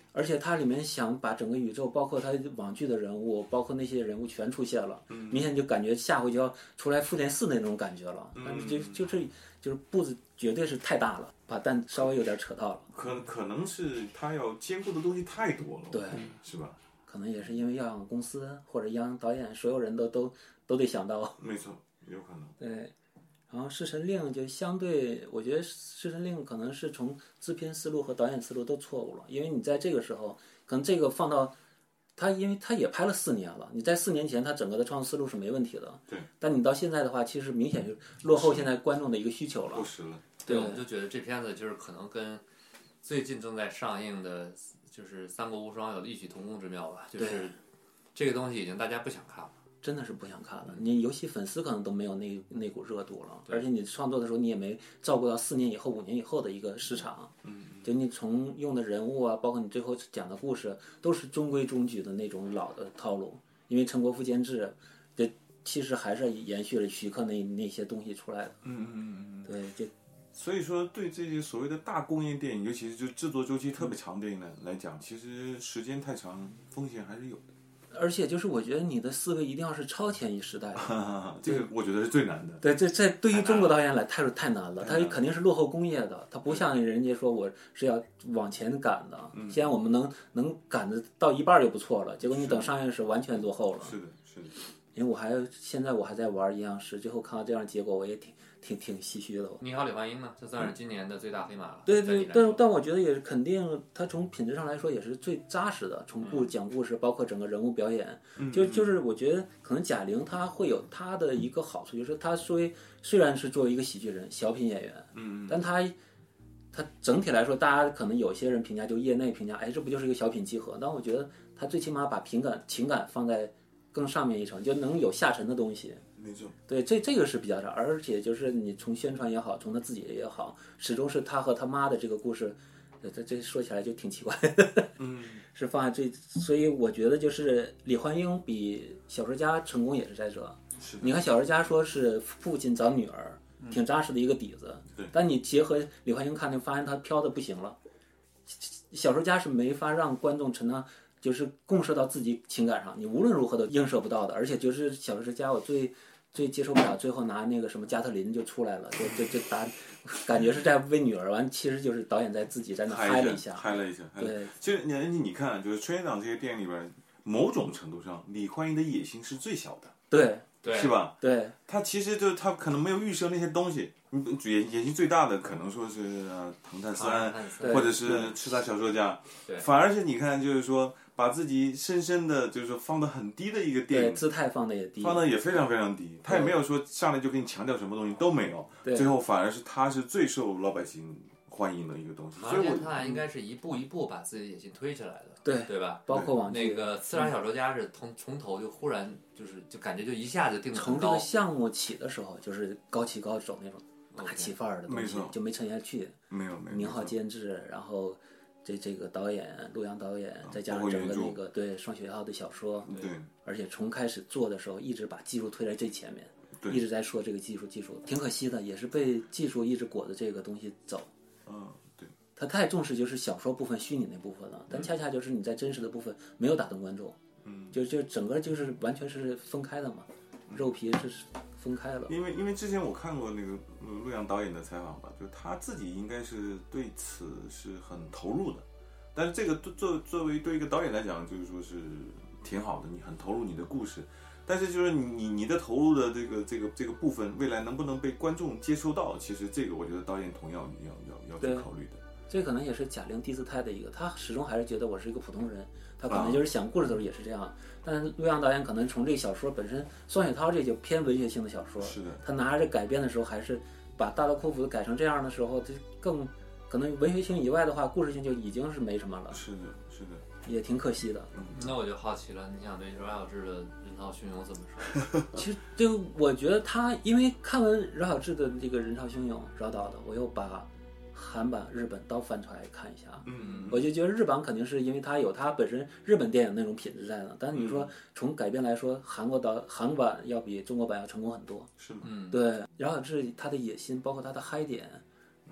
而且它里面想把整个宇宙，包括它网剧的人物，包括那些人物全出现了，明显就感觉下回就要出来复联4那种感觉了。就是步子绝对是太大了，把蛋稍微有点扯到了。 可能是他要兼顾的东西太多了， 对， 是吧？ 可能也是因为要让公司或者让导演所有人都得想到。 没错，有可能。 对。然后《弑神令》就相对，我觉得《弑神令》可能是从制片思路和导演思路都错误了，因为你在这个时候，可能这个放到他，因为他也拍了4年了，你在4年前他整个的创作思路是没问题的。 对。 但你到现在的话，其实明显就落后现在观众的一个需求了。 过时了。 对，我们就觉得这片子就是可能跟最近正在上映的，就是《三国无双》有异曲同工之妙吧，就是这个东西已经大家不想看了。 真的是不想看了，你尤其粉丝可能都没有那股热度了，而且你创作的时候你也没照顾到4年以后、5年以后的一个市场，就你从用的人物啊，包括你最后讲的故事，都是中规中矩的那种老的套路。因为陈国富监制，这其实还是延续了徐克那些东西出来的。对，这所以说对这些所谓的大工业电影，尤其是就制作周期特别长的电影来讲，其实时间太长，风险还是有的。 而且就是我觉得你的思维一定要是超前一时代的， 这个我觉得是最难的。 对，这对于中国导演来太难了，他肯定是落后工业的，他不像人家说我是要往前赶的。现在我们能赶得到一半就不错了，结果你等上映时完全落后了。 是的。 因为现在我还在玩阴阳师，最后看到这样的结果，我也挺唏嘘的。 你好，李焕英呢？这算是今年的最大黑马了。 对，但我觉得也是肯定，他从品质上来说也是最扎实的。从讲故事，包括整个人物表演，就是我觉得可能贾玲她会有她的一个好处，就是她虽然是作为一个喜剧人、小品演员，但她整体来说，大家可能有些人评价，就业内评价，哎，这不就是一个小品集合？但我觉得她最起码把情感放在更上面一层，就能有下沉的东西。 没错。 对，这个是比较少，而且就是你从宣传也好，从他自己也好，始终是他和他妈的这个故事，这说起来就挺奇怪的。是放在这，所以我觉得就是李焕英比小说家成功也是在这。 是的。 你看小说家说是父亲找女儿，挺扎实的一个底子。 对。 但你结合李焕英看，就发现他飘的不行了。小说家是没法让观众就是共射到自己情感上，你无论如何都映射不到的。而且就是小说家，我最接受不了，最后拿那个什么加特林就出来了，就感觉是在为女儿完，其实就是导演在自己在那嗨了一下。对， 其实你看，就是春节档这些电影里边，某种程度上，李焕英的野心是最小的。 对， 是吧？ 对， 他其实就他可能没有预设那些东西。野心最大的可能说是唐探三，或者是叱咤小说家。反而是你看，就是说把自己深深的，就是说放得很低的一个电影， 姿态放得也低， 放得也非常非常低。他也没有说上来就给你强调什么东西都没有，最后反而是他是最受老百姓欢迎的一个东西。 所以他俩应该是一步一步把自己的野心推起来的，对吧？ 包括往那个刺杀小说家是从头就忽然就感觉就一下子定得很高。 从这个项目起的时候就是高起高走那种大气范儿的东西，就没沉下去。 没有。 宁浩监制，然后这个导演陆阳导演，再加上整个那个对双雪浩的小说， 对， 而且从开始做的时候一直把技术推在最前面，一直在说这个技术，挺可惜的，也是被技术一直裹着这个东西走。 对。 他太重视就是小说部分、虚拟那部分了，但恰恰就是你在真实的部分没有打动观众。就整个就是完全是分开的嘛，肉皮是分开了。 因为之前我看过那个陆阳导演的采访吧，就是他自己应该是对此是很投入的，但是这个作为对一个导演来讲，就是说是挺好的，你很投入你的故事，但是就是你的投入的这个部分，未来能不能被观众接收到，其实这个我觉得导演同样要去考虑的。 这可能也是贾玲低姿态的一个，她始终还是觉得我是一个普通人，她可能就是讲故事的时候也是这样。但是陆阳导演可能从这个小说本身，双雪涛这就偏文学性的小说， 是的， 他拿着改编的时候，还是把大刀阔斧的改成这样的时候，这更可能文学性以外的话，故事性就已经是没什么了。 是的， 也挺可惜的。 那我就好奇了，你想对饶晓志的人潮汹涌怎么说？ 其实这个我觉得他，因为看完饶晓志的这个人潮汹涌饶导的，我又把韩版、日本都翻出来看一下。我就觉得日版肯定是因为它有它本身日本电影那种品质在呢，但是你说从改编来说，韩版要比中国版要成功很多。 是吗？ 对，饶晓志他的野心，包括他的嗨点，他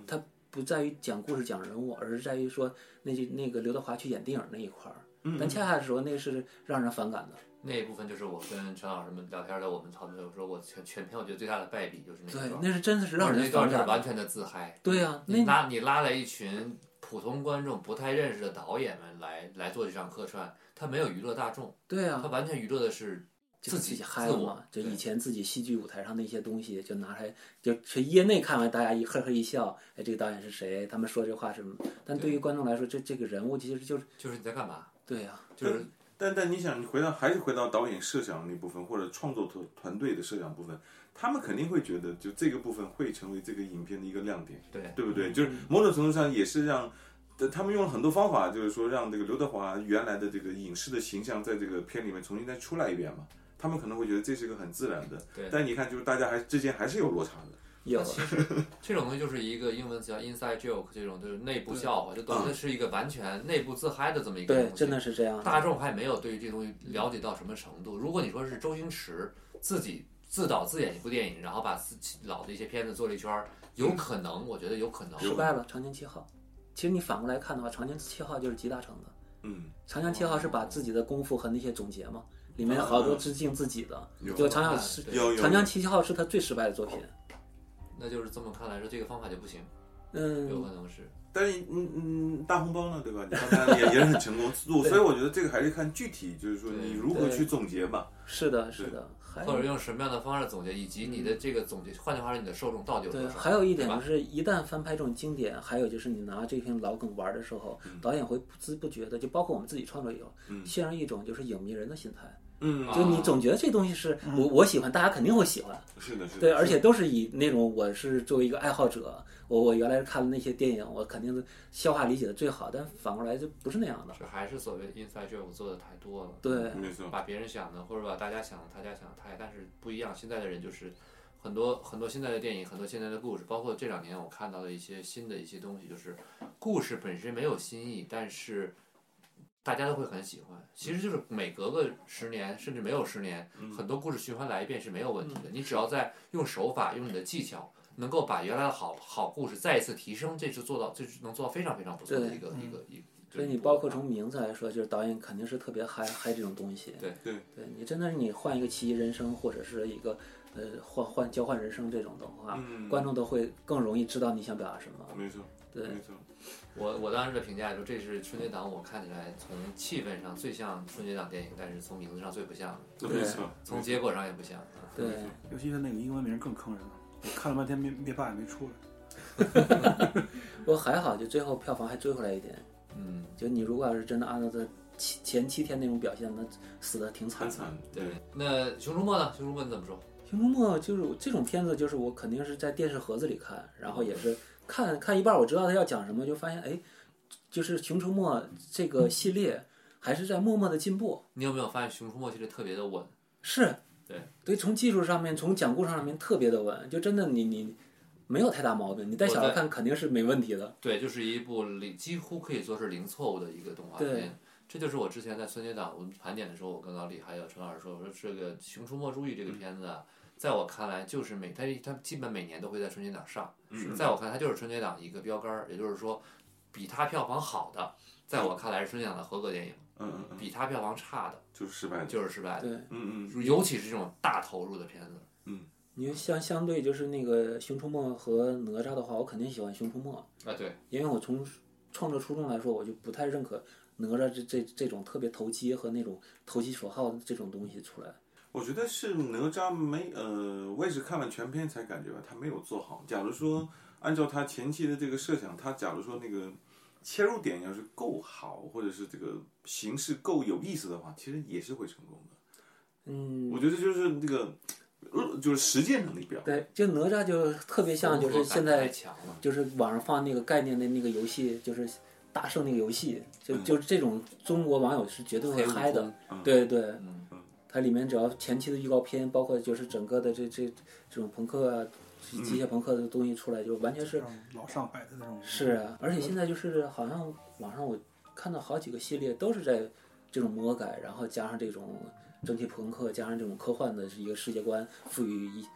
不在于讲故事讲人物，而是在于说那个刘德华去演电影那一块儿。但恰恰的时候，那是让人反感的。 那一部分就是我跟陈老师们聊天的，我们讨论，我说我全片我觉得最大的败笔就是那对， 段， 那是真的是让人那段反感的。 是完全的自嗨。 对啊， 你拉来一群普通观众不太认识的导演们来做这场客串，他没有娱乐大众， 对啊， 他完全娱乐的是自己嗨了嘛。就以前自己戏剧舞台上那些东西，就拿来就是业内看完，大家呵呵一笑，哎，这个导演是谁？他们说这话是什么？但对于观众来说，这个人物其实就是你在干嘛？ 对呀， 就是但你想，你还是回到导演设想那部分，或者创作团队的设想部分，他们肯定会觉得，就这个部分会成为这个影片的一个亮点，对不对？就是某种程度上也是让他们用了很多方法，就是说让这个刘德华原来的这个影视的形象在这个片里面重新再出来一遍嘛。他们可能会觉得这是个很自然的，但你看，就是大家之间还是有落差的。 有， 其实这种东西就是一个英文词叫 inside joke， 这种就是内部笑话，就等于是一个完全内部自嗨的这么一个东西。 对，真的是这样。 大众还没有对于这东西了解到什么程度。如果你说是周星驰自己自导自演一部电影，然后把自己老的一些片子做了一圈，有可能，我觉得有可能失败了。长江七号，其实你反过来看的话，长江七号就是集大成的。长江七号是把自己的功夫和那些总结嘛，里面好多致敬自己的。就长江七号是他最失败的作品。 那就是这么看来说，这个方法就不行。有可能是。 但是大红包呢，对吧？你看他也是很成功，所以我觉得这个还是看具体，就是说你如何去总结吧。 是的，是的。 或者用什么样的方式总结，以及你的这个总结，换句话说，你的受众到底有多少？ 还有一点就是，一旦翻拍这种经典，还有就是你拿这篇老梗玩的时候，导演会不知不觉的，就包括我们自己创作也有，陷入一种就是影迷人的心态。就你总觉得这东西是我喜欢，大家肯定会喜欢。 是的， 对，而且都是以那种我是作为一个爱好者，我原来看的那些电影，我肯定是消化理解的最好，但反过来就不是那样的。 这还是所谓 inside joke 做的太多了。 对， 没错。 把别人想的或者把大家想的他家想的太，但是不一样。现在的人就是很多现在的电影，很多现在的故事，包括这2年我看到的一些新的一些东西，就是故事本身没有新意，但是大家都会很喜欢。其实就是每隔个10年，甚至没有10年，很多故事循环来一遍是没有问题的。你只要在用手法、用你的技巧，能够把原来的好故事再一次提升，这是能做到非常非常不错的一个。 所以你包括从名字来说，就是导演肯定是特别嗨这种东西。 对， 你真的是你换一个奇异人生，或者是一个交换人生这种的话，观众都会更容易知道你想表达什么。 没错， 对， 没错。 我当时的评价说，这是春节档我看起来从气氛上最像春节档电影，但是从名字上最不像的。 没错， 从结果上也不像。 对， 尤其是那个英文名更坑人了，我看了半天灭霸也没出来。 不过还好，就最后票房还追回来一点。就你如果要是真的按照这前7天那种表现，那死的挺惨的。 对，那《熊出没》呢？《熊出没》你怎么说？ 《熊出没》就是这种片子，就是我肯定是在电视盒子里看，然后也是看一半，我知道他要讲什么，就发现哎，就是《熊出没》这个系列还是在默默的进步。 你有没有发现《熊出没》系列特别的稳？ 是， 对， 从技术上面，从讲故事上面特别的稳，就真的你没有太大毛病，你带小孩看肯定是没问题的。 对，就是一部几乎可以说是零错误的一个动画片。这就是我之前在春节档我们盘点的时候，我跟老李还有陈老师说，我说这个《熊出没注意》这个片子啊，在我看来就是它基本每年都会在春节档上。在我看来，它就是春节档一个标杆，也就是说，比它票房好的，在我看来是春节档的合格电影。比它票房差的就是失败的。 对， 尤其是这种大投入的片子。 你相对就是那个《熊出没》和哪吒的话，我肯定喜欢《熊出没》 啊，对， 因为我从创作初衷来说，我就不太认可哪吒这种特别投机和那种投其所好的这种东西出来。 我觉得是哪吒我也是看完全片才感觉吧，他没有做好。假如说按照他前期的这个设想，他假如说那个切入点要是够好，或者是这个形式够有意思的话，其实也是会成功的。我觉得就是那个。就是实践能力表。 对，就哪吒就特别像，就是现在就是网上放那个概念的那个游戏，就是大圣那个游戏，就是这种中国网友是绝对会嗨的。对，它里面只要前期的预告片，包括就是整个的这种朋克啊、机械朋克的东西出来，就完全是老上海的那种。 是啊，而且现在就是好像网上我看到好几个系列都是在这种魔改，然后加上这种。蒸汽朋克加上这种科幻的一个世界观，赋予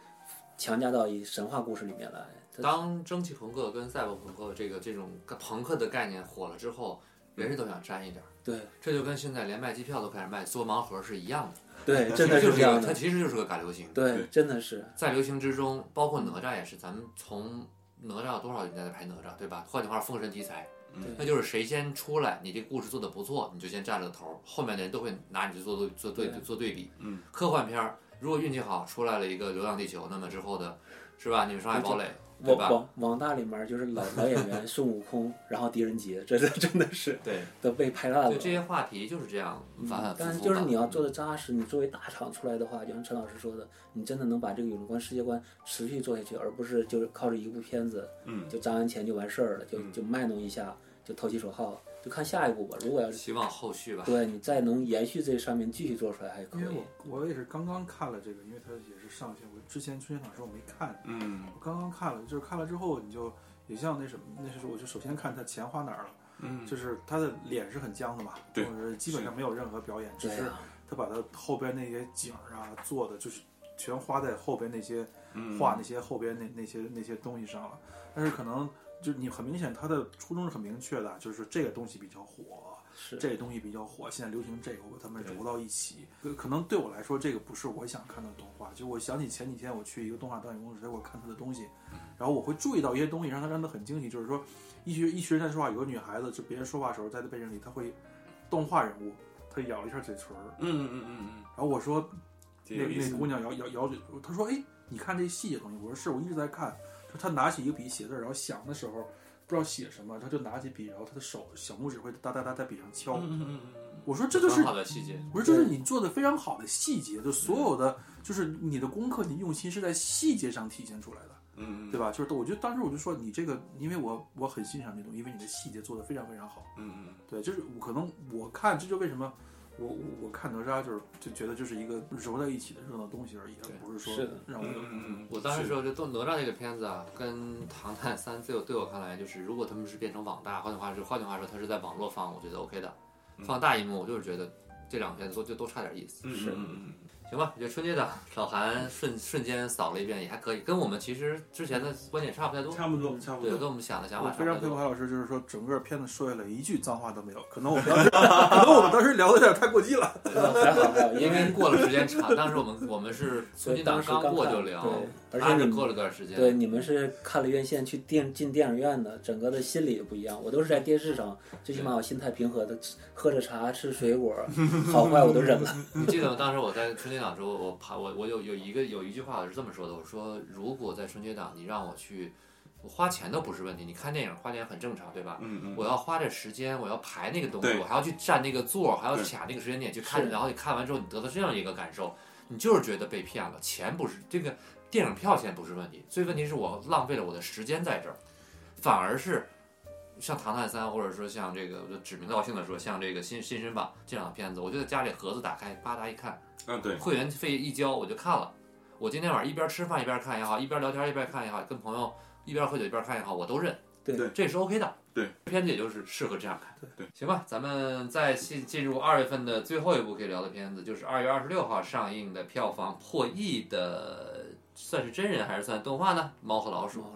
强加到一神话故事里面来。 当蒸汽朋克跟赛博朋克这种朋克的概念火了之后，人人都想沾一点。 对， 这就跟现在连卖机票都开始卖做盲盒是一样的。 对，真的是这样的。 它其实就是个赶流行。 对，真的是在流行之中，包括哪吒也是，咱们从哪吒有多少人在拍哪吒，对吧？换句话，封神题材，那就是谁先出来，你这个故事做的不错，你就先占了个头，后面的人都会拿你去做对比。科幻片如果运气好出来了一个《流浪地球》，那么之后的，是吧？你们《上海堡垒》。对吧？ 网大里面就是老演员孙悟空，然后狄仁杰，这真的是对都被拍烂了。 对这些话题就是这样反反复复。 但是就是你要做的扎实，你作为大厂出来的话，就像陈老师说的，你真的能把这个宇宙观、世界观持续做下去，而不是就是靠着一部片子，就砸完钱就完事儿了，就卖弄一下，就投其所好。就看下一步吧。如果要是希望后续吧， 对你再能延续这上面继续做出来还可以。 因为我也是刚刚看了这个，因为它也是上线，我之前春节档时候我没看，我刚刚看了，就是看了之后你就也像那什么，那是我就首先看他钱花哪儿了，就是他的脸是很僵的嘛， 对， 基本上没有任何表演，只是他把他后边那些景啊做的就是全花在后边那些画那些后边那些东西上了，但是可能。就你很明显，他的初衷是很明确的，就是这个东西比较火，这个东西比较火，现在流行这个，我把它们揉到一起。可能对我来说，这个不是我想看的动画。就我想起前几天我去一个动画导演公司，我看他的东西，然后我会注意到一些东西，让他很惊喜。就是说，一群人在说话，有个女孩子，就别人说话的时候，在他背景里，他会动画人物，他咬了一下嘴唇，然后我说，那姑娘咬嘴，她说，哎，你看这细节东西，我说是，我一直在看。他拿起一个笔写字，然后想的时候不知道写什么，他就拿起笔，然后他的手小拇指会哒哒哒在笔上敲。我说这就是很好的细节， 我说这是你做的非常好的细节，就所有的就是你的功课，你用心是在细节上体现出来的，对吧？就是我觉得当时我就说你这个，因为我很欣赏这种，因为你的细节做得非常非常好，对，就是可能我看这就为什么。我看哪吒就觉得就是一个揉在一起的热闹东西而已，而不是说让我我当时说就哪吒这个片子啊，跟唐探三对我看来就是，如果他们是变成网大，换句话说他是在网络放，我觉得 OK 的。放大荧幕，我就是觉得这两个片子都差点意思。行吧，我觉得春节档老韩瞬间扫了一遍也还可以，跟我们其实之前的观点差不太多。 差不多。 对，跟我们想的想法差不多。 我非常佩服韩老师，就是说整个片子说下来一句脏话都没有，可能我们当时聊的有点太过激了。 还好， 因为过了时间长，当时我们是春节档刚过就聊， 而且你过了段时间。 对，你们是看了院线去进电影院的，整个的心理也不一样。我都是在电视上，最起码我心态平和的喝着茶吃水果，好坏我都忍了。 你记得当时我在春节档时候，我有一句话我是这么说的，我说如果在春节档你让我去，我花钱都不是问题，你看电影花钱很正常，对吧？我要花这时间，我要排那个东西，我还要去占那个座，还要卡那个时间点去看，然后你看完之后你得到这样一个感受，你就是觉得被骗了，钱不是这个电影票钱不是问题，所以问题是我浪费了我的时间在这儿，反而是。像《唐探三》，或者说像这个，我就指名道姓的说，像这个新神榜这两个片子，我就在家里盒子打开，吧嗒一看， 对， 会员费一交我就看了。我今天晚上一边吃饭一边看也好，一边聊天一边看也好，跟朋友一边喝酒一边看也好，我都认。 对， 这是 OK 的。 对， 片子也就是适合这样看。 对， 行吧，咱们再进入2月份的最后一部可以聊的片子，就是2月26号上映的票房破亿的，算是真人还是算动画呢？猫和老鼠。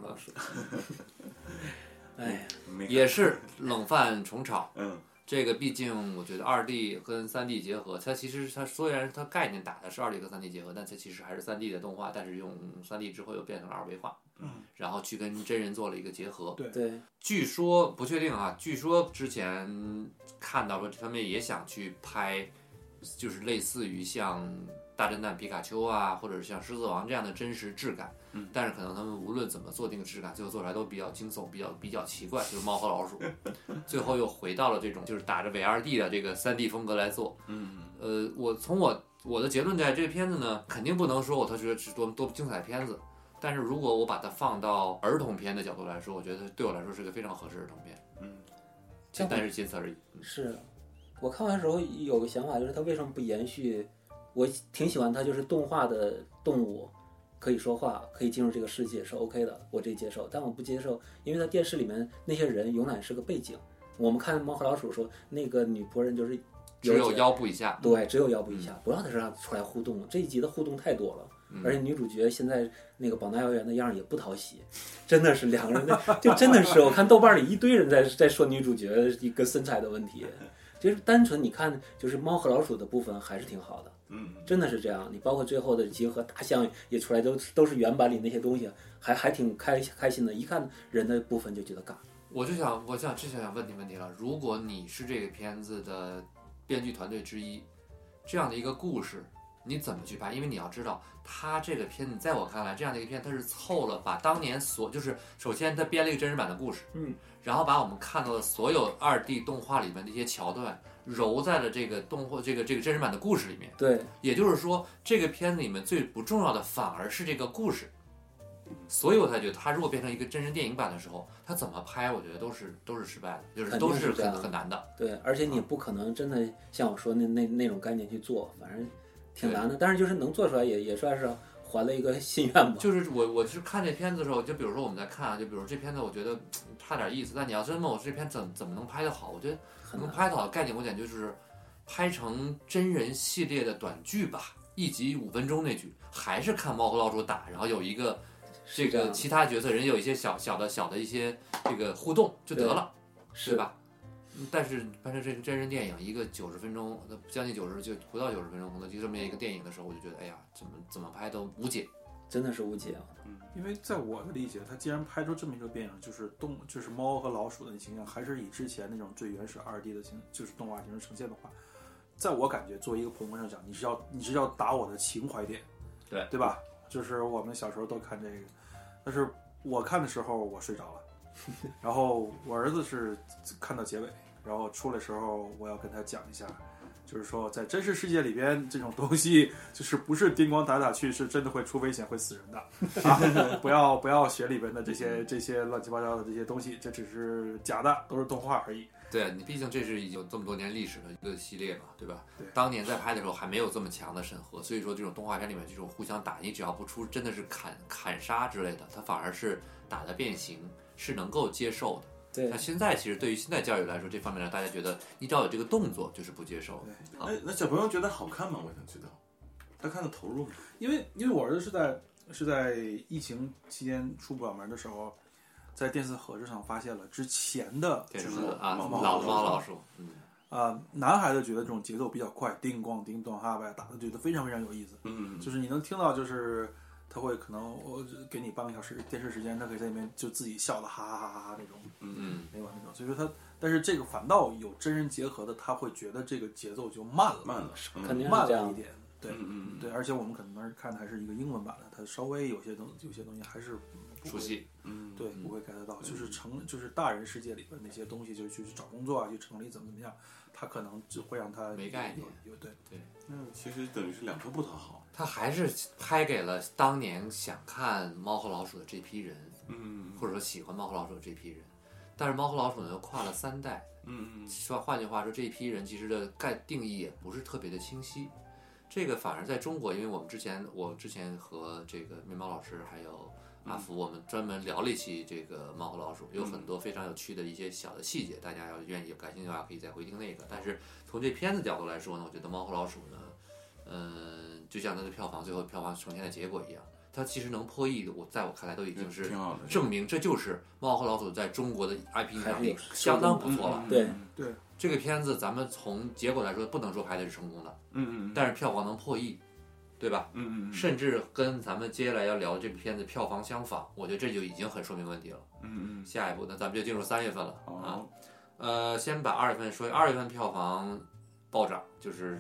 哎， 也是冷饭重炒。这个毕竟我觉得2D 跟3D 结合，它其实它虽然它概念打的是2D 跟3D 结合，但它其实还是3D 的动画，但是用3D 之后又变成了2维化，然后去跟真人做了一个结合。 对， 据说不确定啊，据说之前看到说他们也想去拍，就是类似于像大侦探皮卡丘啊，或者是像狮子王这样的真实质感，但是可能他们无论怎么做那个质感，最后做出来都比较惊悚，比较奇怪，就是猫和老鼠，最后又回到了这种就是打着伪2D 的这个3D 风格来做。我从我的结论在这个片子呢，肯定不能说它是多精彩片子，但是如果我把它放到儿童片的角度来说，我觉得对我来说是个非常合适的儿童片。但是仅此而已。 是，我看完的时候有个想法，就是它为什么不延续？我挺喜欢它，就是动画的动物可以说话，可以进入这个世界是 OK 的，我这接受。但我不接受，因为它电视里面那些人永远是个背景。我们看猫和老鼠说，那个女仆人就是只有腰部以下， 对，只有腰部以下，不让她上出来互动。这一集的互动太多了， 而且女主角现在那个膀大腰圆的样儿也不讨喜，真的是两个人就真的是我看豆瓣里一堆人在说女主角一个身材的问题，就是单纯你看就是猫和老鼠的部分还是挺好的，真的是这样。你包括最后的集合大象也出来都是原版里那些东西，还挺开心的，一看人的部分就觉得尬。 我之前想问你问题了，如果你是这个片子的编剧团队之一，这样的一个故事你怎么去拍？因为你要知道，他这个片子在我看来，这样的一个片，它是凑了把当年就是首先他编了一个真人版的故事，然后把我们看到的所有2D 动画里面的一些桥段揉在了这个这个真人版的故事里面。 对， 也就是说，这个片子里面最不重要的反而是这个故事。所以我才觉得，他如果变成一个真人电影版的时候，他怎么拍，我觉得都是失败的，就是都是很难的。 对，而且你不可能真的像我说那种概念去做，反正挺难的。但是就是能做出来也算是还了一个心愿吧。 就是我是看这片子的时候，就比如说我们在看啊，就比如这片子，我觉得差点意思。但你要真问我这片怎么能拍得好，我觉得能拍得好的概念，我讲就是拍成真人系列的短剧吧，1集5分钟那剧，还是看猫和老鼠打，然后有一个。这个其他角色人有一些小的一些这个互动就得了，对吧？但是拍成这个真人电影，一个90分钟，将近90就不到90分钟，可能就这么一个电影的时候，我就觉得，哎呀，怎么拍都无解， 真的是无解啊。 因为在我的理解，他既然拍出这么一个电影，就是猫和老鼠的形象，还是以之前那种最原始2D 的就是动画形式呈现的话，在我感觉，作为一个普通观众讲，你是要打我的情怀点，对吧？就是我们小时候都看这个，但是我看的时候我睡着了，然后我儿子是看到结尾，然后出来的时候我要跟他讲一下，就是说在真实世界里边这种东西就是不是叮咣打去，是真的会出危险会死人的啊！不要学里边的这些乱七八糟的这些东西，这只是假的，都是动画而已。 对，你毕竟这是已经这么多年历史的一个系列嘛，对吧？ 对， 当年在拍的时候还没有这么强的审核，所以说这种动画片里面这种互相打，你只要不出真的是砍杀之类的，它反而是打的变形，是能够接受的。 对， 那现在其实对于现在教育来说，这方面呢，大家觉得你只要有这个动作就是不接受的。 那小朋友觉得好看吗？我想知道，他看得投入吗？ 因为我儿子是在疫情期间出不了门的时候。在电视盒子上发现了之前的电视啊，老鼠， 男孩子觉得这种节奏比较快，叮咣叮咚哈呗，打的觉得非常非常有意思。就是你能听到，就是他会可能我给你半个小时电视时间，他可以在里面就自己笑的哈哈哈哈那种，没有那种。所以说他，但是这个反倒有真人结合的，他会觉得这个节奏就慢了， 肯定慢了一点。对，而且我们可能看的还是一个英文版的，它稍微有些东西还是熟悉， 对，不会 get 到，就是大人世界里边那些东西，就是去找工作啊，去城里怎么样，他可能只会让他没概念， 对， 那其实等于是两头不讨好。 他还是拍给了当年想看猫和老鼠的这批人，或者说喜欢猫和老鼠的这批人，但是猫和老鼠呢又跨了3代，说换句话说，这一批人其实的定义也不是特别的清晰。这个反而在中国，因为我之前和这个面包老师还有阿福，我们专门聊了一期这个猫和老鼠，有很多非常有趣的一些小的细节，大家要愿意有感兴趣的话可以再回听那个。但是从这片子角度来说呢，我觉得猫和老鼠呢，就像它的最后票房呈现的结果一样，它其实能破亿，在我看来都已经是证明这就是猫和老鼠在中国的 IP 影响力相当不错了。 对。 这个片子咱们从结果来说，不能说拍的是成功的，但是票房能破亿，对吧？甚至跟咱们接下来要聊的这部片子票房相仿，我觉得这就已经很说明问题了。下一步呢，咱们就进入3月份了啊。先把2月份说，2月份票房暴涨，就是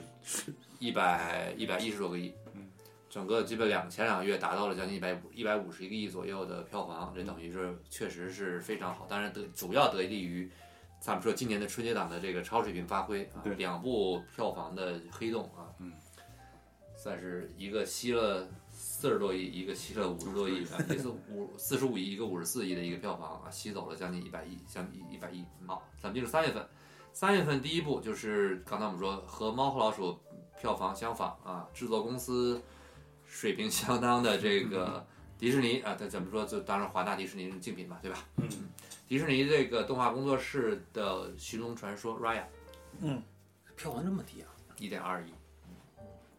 110多个亿，整个基本前2个月达到了将近151个亿左右的票房，这等于是确实是非常好。当然主要得力于。咱们说今年的春节档的这个超水平发挥啊，2部票房的黑洞啊，算是一个吸了40多亿，一个吸了50多亿啊，一次45亿，一个54亿的一个票房啊，吸走了将近100亿，将近100亿。好，咱们进入3月份，3月份第一部就是刚才我们说和《猫和老鼠》票房相仿啊，制作公司水平相当的这个迪士尼啊，它怎么说？就当然华纳迪士尼是竞品嘛，对吧？迪士尼这个动画工作室的《寻龙传说》Raya， 票房这么低啊 ，1.2亿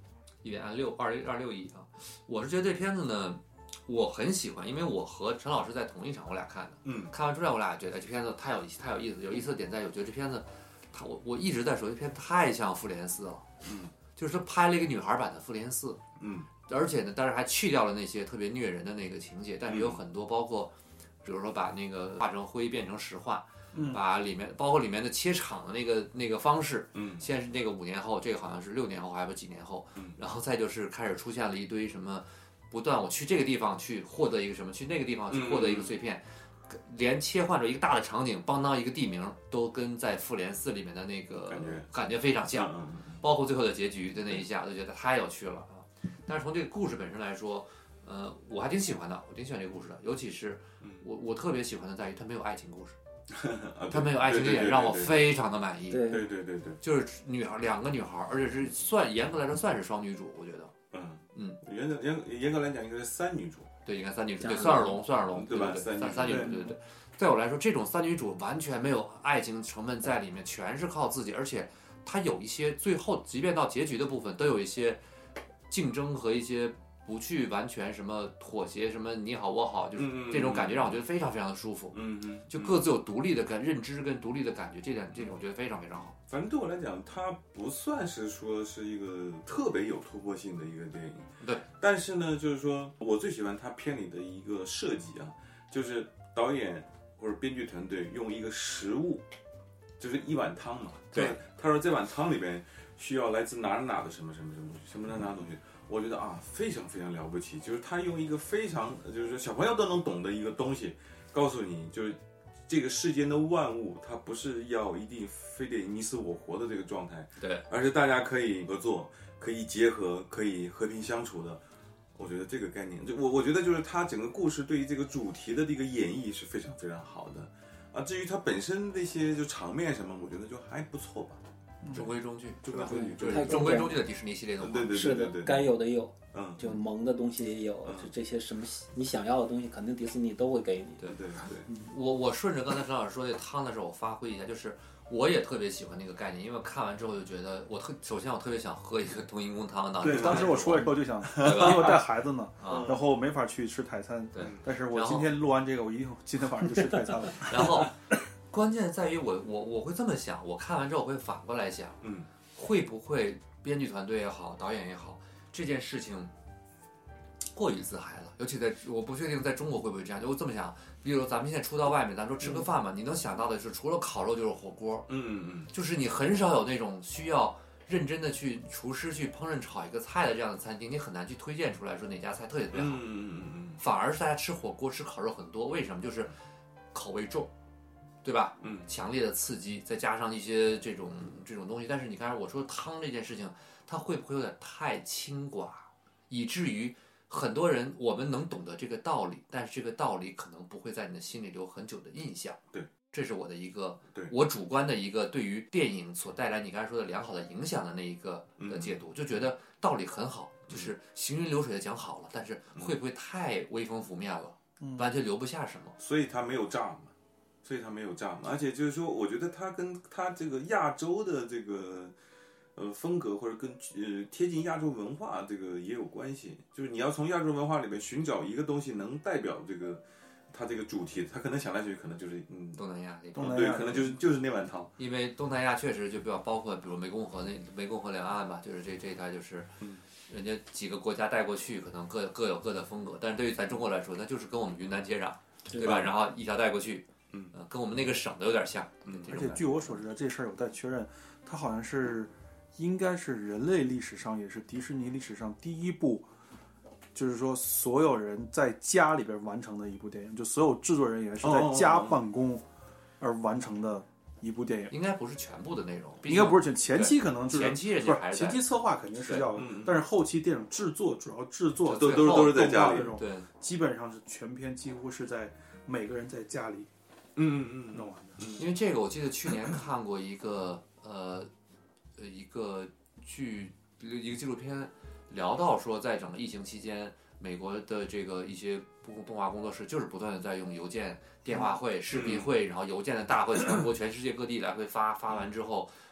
一边按2.26亿啊。我是觉得这片子呢，我很喜欢，因为我和陈老师在同一场，我俩看的。看完出来，我俩觉得这片子太有意思。有意思的点在于，我觉得这片子，我一直在说，这片子太像复联4了。就是他拍了一个女孩版的复联4。而且呢，当然还去掉了那些特别虐人的那个情节，但是有很多包括，比如说把那个化成灰变成石化。把里面包括里面的切场的那个方式，先是那个5年后，这个好像是6年后还是几年后，然后再就是开始出现了一堆什么，不断我去这个地方去获得一个什么，去那个地方去获得一个碎片，连切换着一个大的场景，邦当一个地名，都跟在复联4里面的那个感觉非常像，包括最后的结局的那一下，都觉得太有趣了啊！但是从这个故事本身来说，我还挺喜欢的，我挺喜欢这个故事的，尤其是我特别喜欢的在于它没有爱情故事。他没有爱情这点让我非常的满意。 对， 就是两个女孩，而且是严格来说算是双女主，我觉得。 严格来讲应该是3女主。 对，应该3女主，对，算是龙， 对吧？ 三女主，对。在我来说，这种3女主完全没有爱情成分在里面，全是靠自己，而且她有一些最后，即便到结局的部分，都有一些竞争和一些。不去完全什么妥协，什么你好我好，就是这种感觉让我觉得非常非常的舒服。就各自有独立的认知跟独立的感觉，这种我觉得非常非常好。 反正对我来讲，它不算是说是一个特别有突破性的一个电影。 对， 但是呢，就是说我最喜欢它片里的一个设计啊，就是导演或者编剧团队用一个食物，就是一碗汤嘛。 对， 他说这碗汤里边需要来自哪的什么东西。我觉得非常非常了不起，就是他用一个非常就是说小朋友都能懂的一个东西，告诉你就是这个世间的万物，它不是要一定非得你死我活的这个状态， 对， 而是大家可以合作，可以结合，可以和平相处的。我觉得这个概念，我觉得就是他整个故事对于这个主题的这个演绎是非常非常好的啊。至于它本身那些就场面什么，我觉得就还不错吧。 中规中矩， 太中规中矩的迪士尼系列动画， 是的，该有的有，就萌的东西也有，这些什么你想要的东西，肯定迪士尼都会给你。 对。 我顺着刚才陈老师说那汤的时候，我发挥一下，就是我也特别喜欢那个概念，因为看完之后就觉得首先我特别想喝一个冬阴功汤。 对，当时我出来之后就想，因为我带孩子呢，然后没法去吃泰餐。对，但是我今天录完这个，我一定今天晚上就吃泰餐了。 然后。关键在于我会这么想，我看完之后我会反过来想，会不会编剧团队也好，导演也好，这件事情过于自嗨了？尤其我不确定在中国会不会这样。就我这么想，比如咱们现在出到外面，咱说吃个饭嘛，你能想到的是除了烤肉就是火锅，就是你很少有那种需要认真的去厨师去烹饪炒一个菜的这样的餐厅，你很难去推荐出来说哪家菜特别特别好，反而是大家吃火锅吃烤肉很多，为什么？就是口味重。对吧？强烈的刺激，再加上一些这种东西。但是你看，我说汤这件事情，它会不会有点太清寡，以至于很多人我们能懂得这个道理，但是这个道理可能不会在你的心里留很久的印象。 对， 这是我的一个我主观的一个对于电影所带来你刚才说的良好的影响的那一个的解读，就觉得道理很好，就是行云流水的讲好了，但是会不会太威风拂面了，完全留不下什么？ 所以他没有炸嘛。而且就是说，我觉得它跟它这个亚洲的这个风格，或者更贴近亚洲文化这个也有关系。就是你要从亚洲文化里面寻找一个东西能代表这个它这个主题，他可能想来想去，可能就是东南亚， 对，可能就是那碗汤。 因为东南亚确实就比较包括，比如湄公河两岸吧，就是这一带就是人家几个国家带过去，可能各有各的风格。但是对于咱中国来说，那就是跟我们云南接壤，对吧？然后一条带过去。跟我们那个省的有点像。 而且据我所知，这事儿有待确认，它好像应该是人类历史上，也是迪士尼历史上第一部，就是说所有人在家里边完成的一部电影，就所有制作人员是在家办公而完成的一部电影。 应该不是全部的内容， 应该不是前期可能前期人家还是前期策划肯定是要，但是后期电影主要制作都是在家里， 对，基本上是全片几乎是在每个人在家里。弄完的。 因为这个，我记得去年看过一个一个纪录片，聊到说，在整个疫情期间，美国的这个一些动画工作室就是不断的在用邮件、电话会、视频会，然后邮件的大会，全世界各地来回发完之后，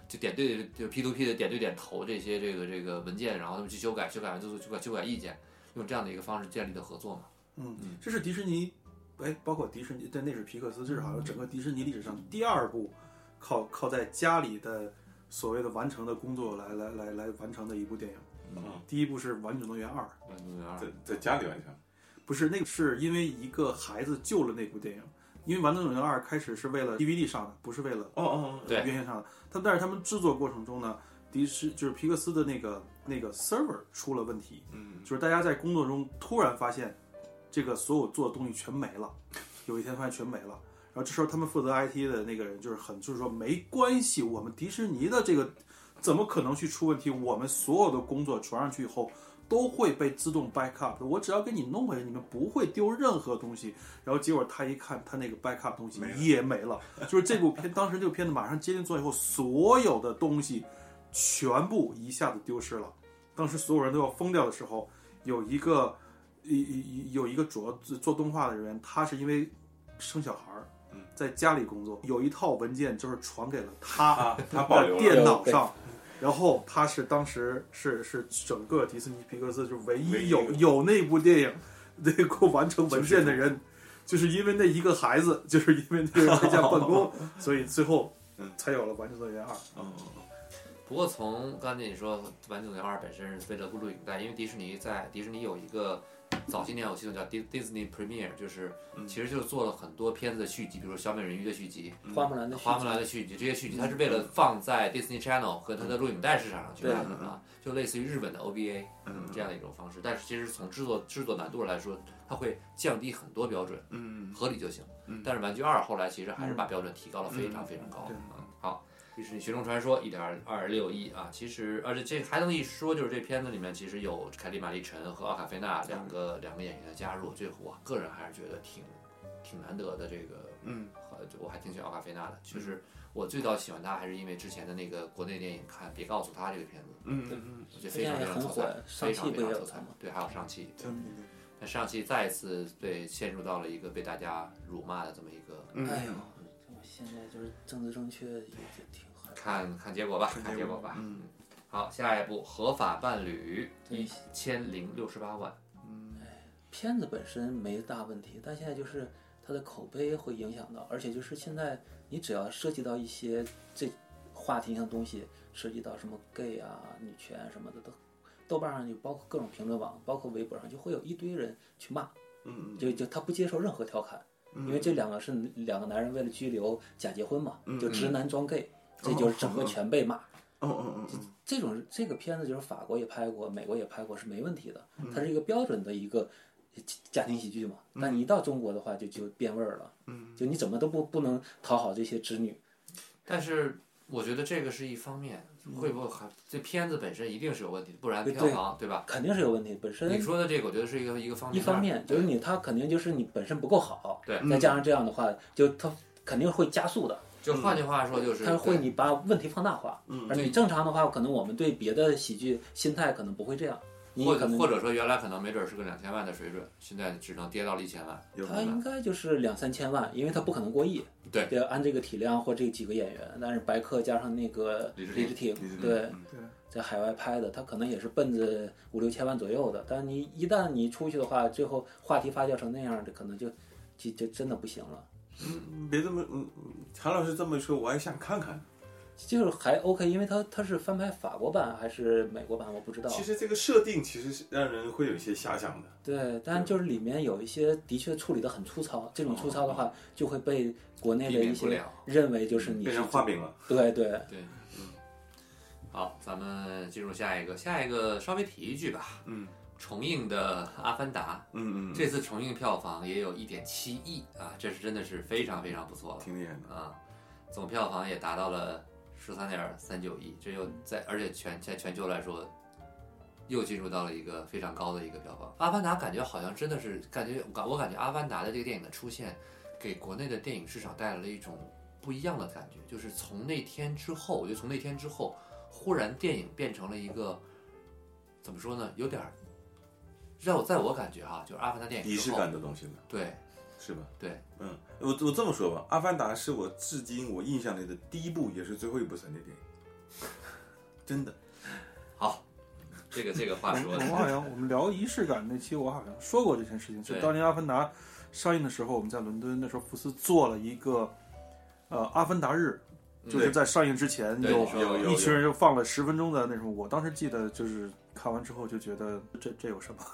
就点对就 P2P 的点对点投这些这个文件，然后他们去修改完就修改意见，用这样的一个方式建立的合作嘛。 这是迪士尼，包括迪士尼，但那是皮克斯，这是好像整个迪士尼历史上第2部靠在家里的所谓的完成的工作来完成的一部电影。第1部是《玩具总动员2》， 在家里完成。 不是，那个是因为一个孩子救了那部电影。因为《玩具总动员2》开始是为了 DVD 上的，不是为了院线上的。但是他们制作过程中呢，就是皮克斯的那个 server 出了问题，就是大家在工作中突然发现，这个所有做的东西全没了，有一天发现全没了。然后这时候他们负责 IT 的那个人就是说没关系，我们迪士尼的这个怎么可能去出问题？我们所有的工作传上去以后，都会被自动 backup 的，我只要给你弄回来，你们不会丢任何东西。然后结果他一看，他那个 backup 东西也没了，就是这部片当时这个片子马上接近做以后，所有的东西全部一下子丢失了。当时所有人都要疯掉的时候，有一个主要做动画的人员，他是因为生小孩在家里工作，有一套文件就是传给了他的电脑上。然后他是当时是整个迪士尼皮克斯就唯一有那部电影能够完成文件的人，就是因为那一个孩子，就是因为那个人在家办公，所以最后才有了《玩具总动员2》。 不过从刚才你说《玩具总动员2》本身是为了录影带，因为迪士尼有一个早些年有系统叫 Disney Premiere， 就是其实就是做了很多片子的续集，比如说小美人鱼的续集、花木兰的续集，这些续集它是为了放在 Disney Channel 和它的录影带市场上去卖的啊，就类似于日本的 OVA 这样的一种方式。但是其实从制作难度来说，它会降低很多标准，合理就行。但是《玩具2》后来其实还是把标准提高了非常非常高。好。迪士尼《寻龙传说》1.26亿啊，其实而且这还能一说，就是这片子里面其实有凯莉·马丽晨和奥卡菲娜两个演员的加入，这我个人还是觉得挺难得的。这个我还挺喜欢奥卡菲娜的。其实我最早喜欢她还是因为之前的那个国内电影看《别告诉她》这个片子，我觉得非常非常出彩，非常非常出彩。对，还有上汽，但上汽再一次陷入到了一个被大家辱骂的这么一个。 哎呦。现在就是政治正确也挺看结果吧，看结果吧。好，下一步《合法伴侣》1068万。 片子本身没大问题，但现在就是它的口碑会影响到，而且就是现在你只要涉及到一些这话题上的东西，涉及到什么 gay 啊、女权什么的，都豆瓣上就包括各种评论网，包括微博上就会有一堆人去骂，就他不接受任何调侃。因为这两个男人为了拘留假结婚嘛，就直男装 gay，这就是整个全被骂。这个片子就是法国也拍过，美国也拍过，是没问题的。它是一个标准的一个家庭喜剧嘛。但你一到中国的话就变味儿了。就你怎么都不能讨好这些直女。 但是我觉得这个是一方面，会不会这片子本身一定是有问题的，不然票房 对吧？ 肯定是有问题。本身你说的这个，我觉得是一个方面。 一方面就是它肯定就是你本身不够好， 对， 再加上这样的话，就它肯定会加速的。 就换句话说，就是它会你把问题放大化。而你正常的话，可能我们对别的喜剧心态可能不会这样。 或者说原来可能没准是个2000万的水准，现在只能跌到了1000万。 它应该就是2-3千万，因为它不可能过亿。 对， 按这个体量或这几个演员，但是白客加上那个李治廷，对，在海外拍的，他可能也是奔着5-6千万左右的。但你一旦你出去的话，最后话题发酵成那样的，可能就真的不行了。 别这么，韩老师这么说，我还想看看。 就是还 OK， 因为它是翻拍法国版还是美国版，我不知道。 其实这个设定其实是让人会有一些遐想的。 对，但就是里面有一些的确处理的很粗糙，这种粗糙的话就会被国内的一些认为就是你变成画饼了。 对。 好，咱们进入下一个稍微提一句吧。重映的《阿凡达》，这次重映票房也有1.7亿啊，这是真的是非常非常不错了， 挺厉害的啊，总票房也达到了13.39亿，这又而且在全球来说，又进入到了一个非常高的一个票房。阿凡达感觉好像真的是我感觉阿凡达的这个电影的出现，给国内的电影市场带来了一种不一样的感觉，就是从那天之后，我觉得从那天之后，忽然电影变成了一个怎么说呢，有点在我感觉就是阿凡达电影仪式感的东西了， 对。 是吧？ 对， 我这么说吧，《阿凡达》是我至今我印象里的第一部也是最后一部3D电影。 真的。 好，这个话说的， 我们聊仪式感那期，我好像说过这件事情。就当年《阿凡达》上映的时候，我们在伦敦，那时候福斯做了一个阿凡达日，就是在上映之前有一群人就放了10分钟的那种。我当时记得就是看完之后就觉得这有什么？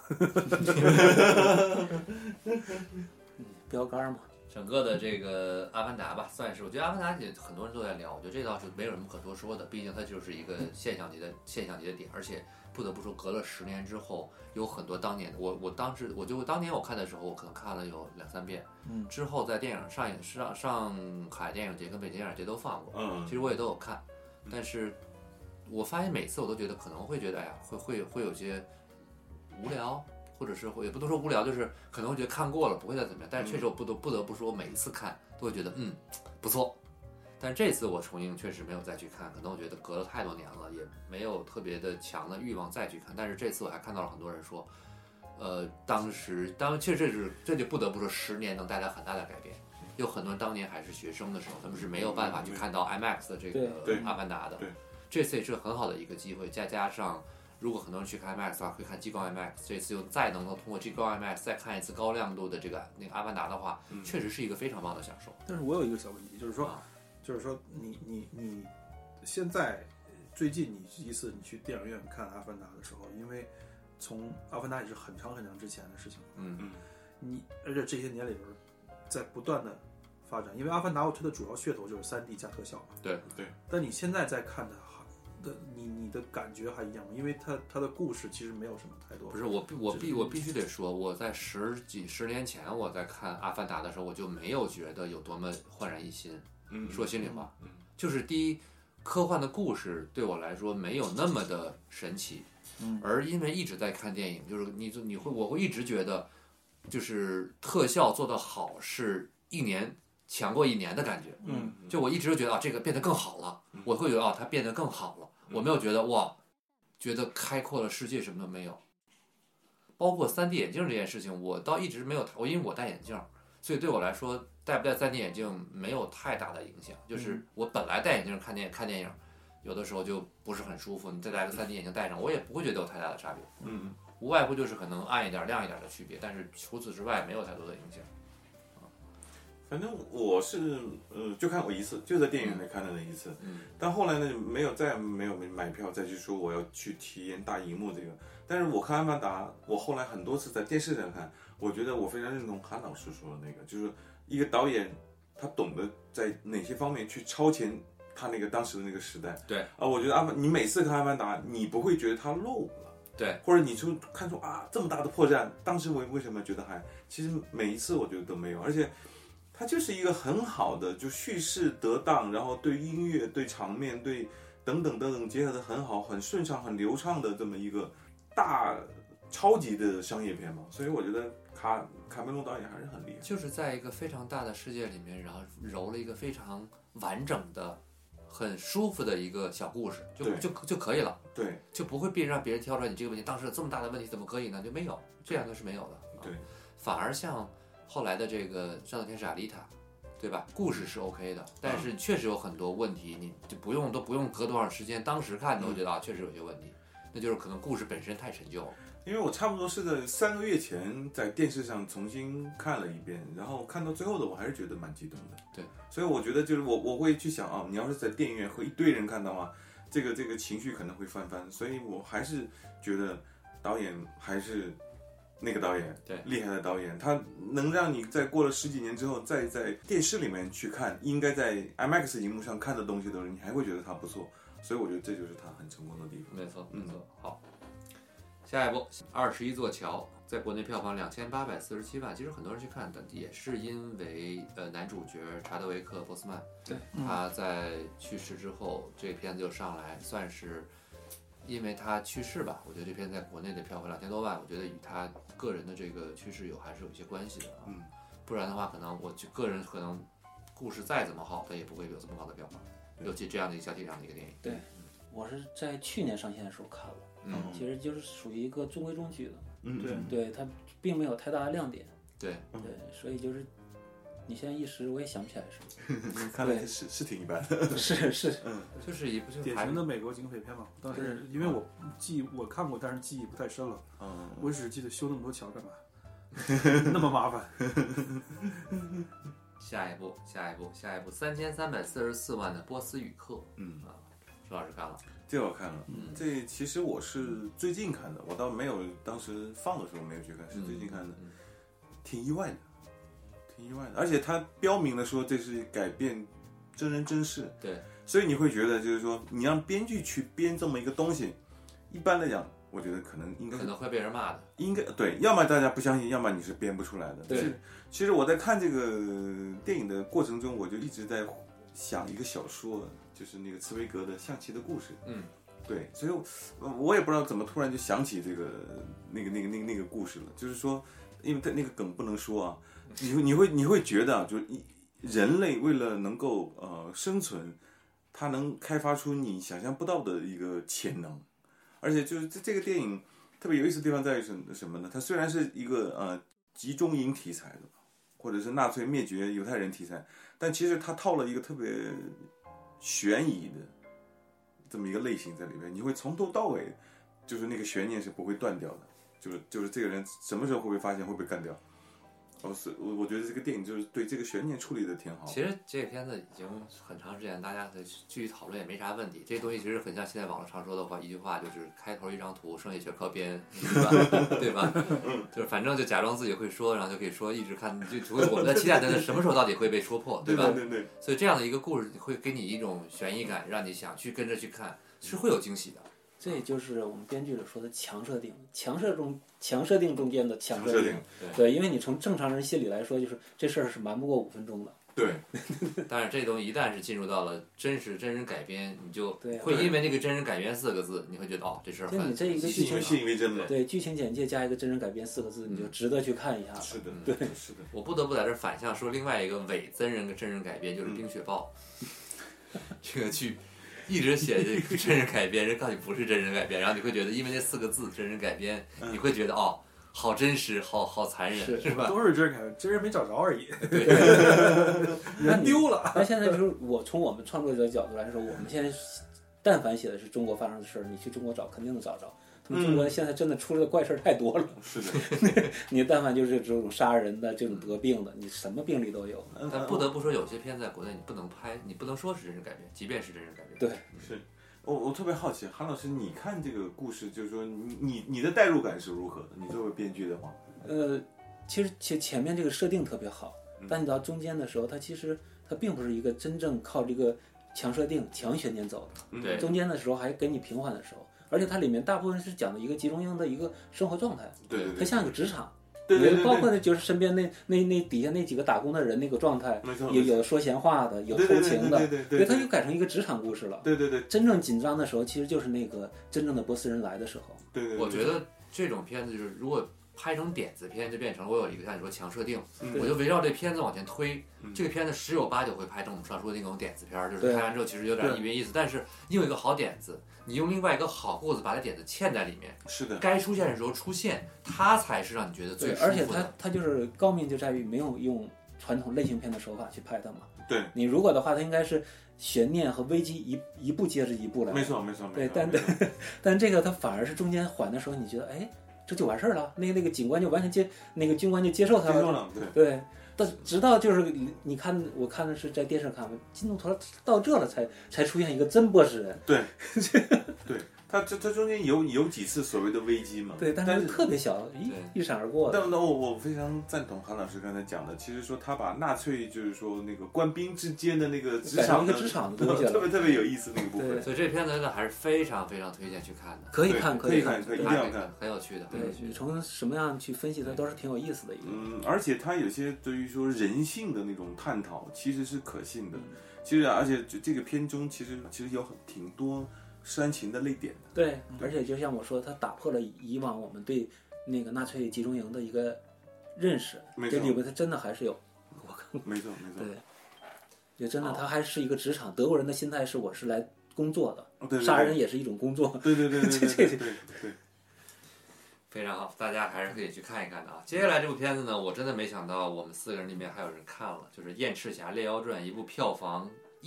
标杆嘛。 整个的这个阿凡达吧，算是我觉得阿凡达也很多人都在聊，我觉得这倒是没有什么可多说的，毕竟它就是一个现象级的点，而且不得不说，隔了10年之后，有很多当年我当年我看的时候，我可能看了有2-3遍，之后在电影上海电影节跟北京电影节都放过，其实我也都有看，但是我发现每次我都觉得可能会觉得，哎呀，会有些无聊。或者是也不能说无聊，就是可能会觉得看过了不会再怎么样，但是确实我不得不说，我每一次看都会觉得不错，但这次我重映确实没有再去看，可能我觉得隔了太多年了，也没有特别的强的欲望再去看。但是这次我还看到了很多人说，当时确实这就不得不说10年能带来很大的改变。有很多人当年还是学生的时候，他们是没有办法去看到 IMAX 的这个阿凡达的，这次也是很好的一个机会，再加上。如果很多人去看 IMAX 的话，会看激光 IMAX， 这次又再能够通过激光 IMAX 再看一次高亮度的那个阿凡达的话，确实是一个非常棒的享受。 但是我有一个小问题，就是说你现在最近一次你去电影院看阿凡达的时候，因为从阿凡达也是很长很长之前的事情，而且这些年里边在不断的发展，因为阿凡达它的主要噱头就是3D 加特效嘛， 对。 但你现在在看的。你的感觉还一样吗？因为它的故事其实没有什么太多。 不是我必须得说，我在10年前我在看《阿凡达》的时候，我就没有觉得有多么焕然一新。说心里话，就是第一，科幻的故事对我来说没有那么的神奇。而因为一直在看电影，就是我会一直觉得，就是特效做得好是1年。强过1年的感觉，就我一直觉得这个变得更好了，我会觉得它变得更好了，我没有觉得觉得开阔了世界什么都没有。包括3D 眼镜这件事情，我倒一直没有，因为我戴眼镜，所以对我来说戴不戴3D 眼镜没有太大的影响。就是我本来戴眼镜看电影，有的时候就不是很舒服，你再戴个3D 眼镜戴上，我也不会觉得有太大的差别。无外乎就是可能暗一点、亮一点的区别，但是除此之外没有太多的影响。 反正我是就看过一次，就在电影院里看的那一次。但后来呢，再也没有买票再去说我要去体验大荧幕这个。但是我看《阿凡达》，我后来很多次在电视上看，我觉得我非常认同韩老师说的那个，就是一个导演他懂得在哪些方面去超前他那个当时的那个时代。 对我觉得你每次看《阿凡达》，你不会觉得他漏了。 对， 或者你就看出这么大的破绽，当时我为什么觉得其实每一次我觉得都没有，而且。它就是一个很好的，就叙事得当，然后对音乐、对场面、对等等结合的很好、很顺畅、很流畅的这么一个超级的商业片嘛。所以我觉得卡梅隆导演还是很厉害， 就是在一个非常大的世界里面，然后揉了一个非常完整的、很舒服的一个小故事，就可以了。 对， 就不会让别人挑出来你这个问题，当时有这么大的问题怎么可以呢？就没有，这样就是没有的。 对， 反而像。后来的这个《战斗天使阿丽塔》，对吧？故事是 OK 的，但是确实有很多问题，你就不用隔多长时间，当时看都觉得确实有些问题，那就是可能故事本身太陈旧了。 因为我差不多是在3个月前在电视上重新看了一遍，然后看到最后的我还是觉得蛮激动的。 对， 所以我觉得就是我会去想你要是在电影院和一堆人看到这个情绪可能会翻，所以我还是觉得导演还是。那个导演， 对， 厉害的导演，他能让你在过了10几年之后，再在电视里面去看，应该在 IMAX 荧幕上看的东西的时候，你还会觉得他不错，所以我觉得这就是他很成功的地方。 没错。好，下一部21座桥在国内票房2847万，其实很多人去看的也是因为男主角查德维克·波斯曼， 对， 他在去世之后，这个片子就上来，算是。因为他去世吧，我觉得这片在国内的票房2000多万，我觉得与他个人的这个去世还是有一些关系的不然的话，可能我个人可能故事再怎么好，他也不会有这么高的票房，尤其这样的像这样的一个电影。 对，我是在去年上线的时候看了，其实就是属于一个中规中矩的，对，它并没有太大的亮点， 对， 所以就是你现在一时我也想不起来什么。看来是挺一般的。 是， 就是一部典型的美国警匪片嘛。当时因为我看过，但是记忆不太深了。我只记得修那么多桥干嘛？那么麻烦。 下一步，3344万的波斯语课。周老师看了。 这个我看了，这其实我是最近看的，我倒没有当时放的时候没有去看，是最近看的，挺意外的，而且他标明了说这是改变真人真事， 对， 所以你会觉得就是说你让编剧去编这么一个东西，一般来讲，我觉得可能会被人骂的， 应该对，要么大家不相信，要么你是编不出来的。 对， 其实我在看这个电影的过程中，我就一直在想一个小说。就是那个茨威格的象棋的故事，对，所以我也不知道怎么突然就想起这个那个故事了。就是说，因为他那个梗不能说啊，你会觉得啊，就是人类为了能够生存，他能开发出你想象不到的一个潜能，而且就是这个电影特别有意思的地方在于什么呢？它虽然是一个集中营题材的，或者是纳粹灭绝犹太人题材，但其实它套了一个特别悬疑的这么一个类型在里面，你会从头到尾就是那个悬念是不会断掉的，就是这个人什么时候会被发现，会被干掉。我觉得这个电影就是对这个悬念处理的挺好。 其实这个片子已经很长时间，大家继续讨论也没啥问题。这东西其实很像现在网络常说的话，一句话就是开头一张图，剩下全靠编，对吧？就是反正就假装自己会说，然后就可以说，一直看，就我们在期待的什么时候到底会被说破，对吧？ 对。 所以这样的一个故事会给你一种悬疑感，让你想去跟着去看，是会有惊喜的。 这也就是我们编剧里说的强设定，强设定中间的强设定，对，因为你从正常人心里来说，就是这事儿是瞒不过5分钟的。 对， 但是这东西一旦是进入到了真人改编，你就会因为那个真人改编4个字，你会觉得这事儿很你这一个剧情信以为真的。 对，剧情简介加一个真人改编4个字，你就值得去看一下。 是的， 对， 是的。 我不得不在这反向说另外一个伪真人改编，就是《冰雪暴》这个剧。一直写这个真人改编，人告诉你不是真人改编，然后你会觉得因为那4个字真人改编，你会觉得好真实，好残忍，是吧？ 都是真人改编，真人没找着而已。 对， 人丢了。 那现在就是从我们创作者角度来说，我们现在但凡写的是中国发生的事儿，你去中国找肯定能找着。他们中国现在真的出的怪事儿太多了。 是的， 你但凡就是这种杀人的、这种得病的，你什么病例都有。 但不得不说，有些片子在国内你不能拍，你不能说是真人改编，即便是真人改编。 对， 是。我特别好奇，韩老师，你看这个故事，就是说你的代入感是如何的？你作为编剧的话， 其实前面这个设定特别好，但你到中间的时候，它并不是一个真正靠这个强设定、强悬念走的。 对， 中间的时候还给你平缓的时候。而且它里面大部分是讲的一个集中营的一个生活状态， 对， 它像一个职场， 对， 包括就是身边那底下那几个打工的人那个状态，有说闲话的，有偷情的， 对， 它就改成一个职场故事了。 对， 真正紧张的时候，其实就是那个真正的波斯人来的时候。 对， 我觉得这种片子就是如果拍成点子片，就变成我有一个像你说强设定，我就围绕这片子往前推，这个片子10有8九会拍成我们上说的那种点子片，就是拍完之后其实有点意没意思，但是你有一个好点子，你用另外一个好故事把这点子嵌在里面， 是的， 该出现的时候出现，它才是让你觉得最舒服的。 而且它就是高明就在于没有用传统类型片的手法去拍它嘛。 对， 你如果的话，它应该是悬念和危机一步接着一步来。 没错。 对，但这个它反而是中间缓的时候，你觉得这就完事儿了，那个警官就完全那个军官就接受他了，对。直到就是我看的是在电视看，进度头到这了才出现一个真波斯人。 对，对，他中间有几次所谓的危机嘛？ 对，但是特别小，一闪而过的。 但我非常赞同韩老师刚才讲的，其实说他把纳粹就是说那个官兵之间的那个职场的东西，特别有意思那个部分。 所以这片子真的还是非常非常推荐去看的。 可以看， 一定要看， 很有趣的。 对，你从什么样去分析它都是挺有意思的一个。 而且它有些对于说人性的那种探讨，其实是可信的。其实而且这个片中其实有挺多煽情的泪点的。 对，而且就像我说，它打破了以往我们对那个纳粹集中营的一个认识。这里边它真的还是有， 没错。 对，就真的它还是一个职场。德国人的心态是我是来工作的， 对， 杀人也是一种工作。 对。 非常好，大家还是可以去看一看的啊。接下来这部片子呢，我真的没想到我们4个人里面还有人看了，就是《燕赤霞猎妖传》，一部票房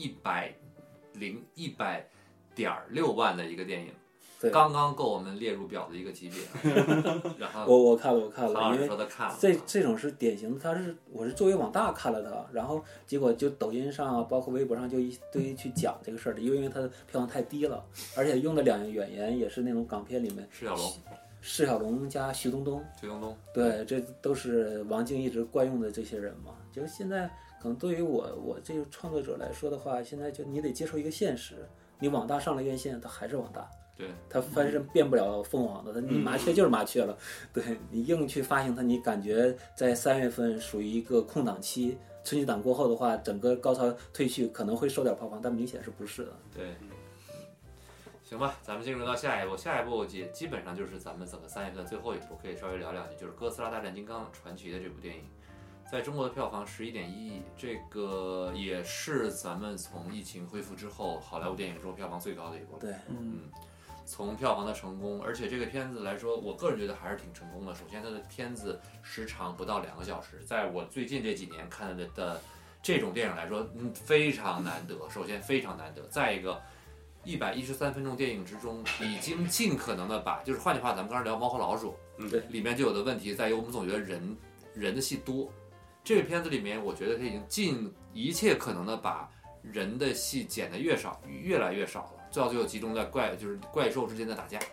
100.6万的一个电影。刚刚够我们列入表的一个级别。然后我看了，因为这种是典型的，我是作为网大看了它，然后结果就抖音上包括微博上就一堆去讲这个事儿的，因为它的票房太低了，而且用的2个演员也是那种港片里面释小龙加徐冬冬，对，这都是王晶一直惯用的这些人嘛。就现在可能对于我这个创作者来说的话，现在就你得接受一个现实，你网大上了院线，它还是网大。 对， 它翻身变不了凤凰的，你麻雀就是麻雀了。对，你硬去发行它，你感觉在3月份属于一个空档期，春节档过后的话，整个高潮退去可能会收点票房，但明显是不是的。 对，行吧，咱们进入到下一步，基本上就是咱们整个3月份的最后一部，可以稍微聊两句，就是《哥斯拉大战金刚：传奇》的这部电影，在中国的票房11.1亿，这个也是咱们从疫情恢复之后好莱坞电影中票房最高的一部。 对， 从票房的成功，而且这个片子来说，我个人觉得还是挺成功的。首先，它的片子时长不到2个小时，在我最近这几年看的这种电影来说，非常难得。首先非常难得，再一个，113分钟电影之中，已经尽可能的把，就是换句话，咱们刚才聊《猫和老鼠》， 对， 里面就有的问题在于，我们总觉得人的戏多，这个片子里面，我觉得它已经尽一切可能的把人的戏剪得越来越少了。到最后集中在怪兽之间的打架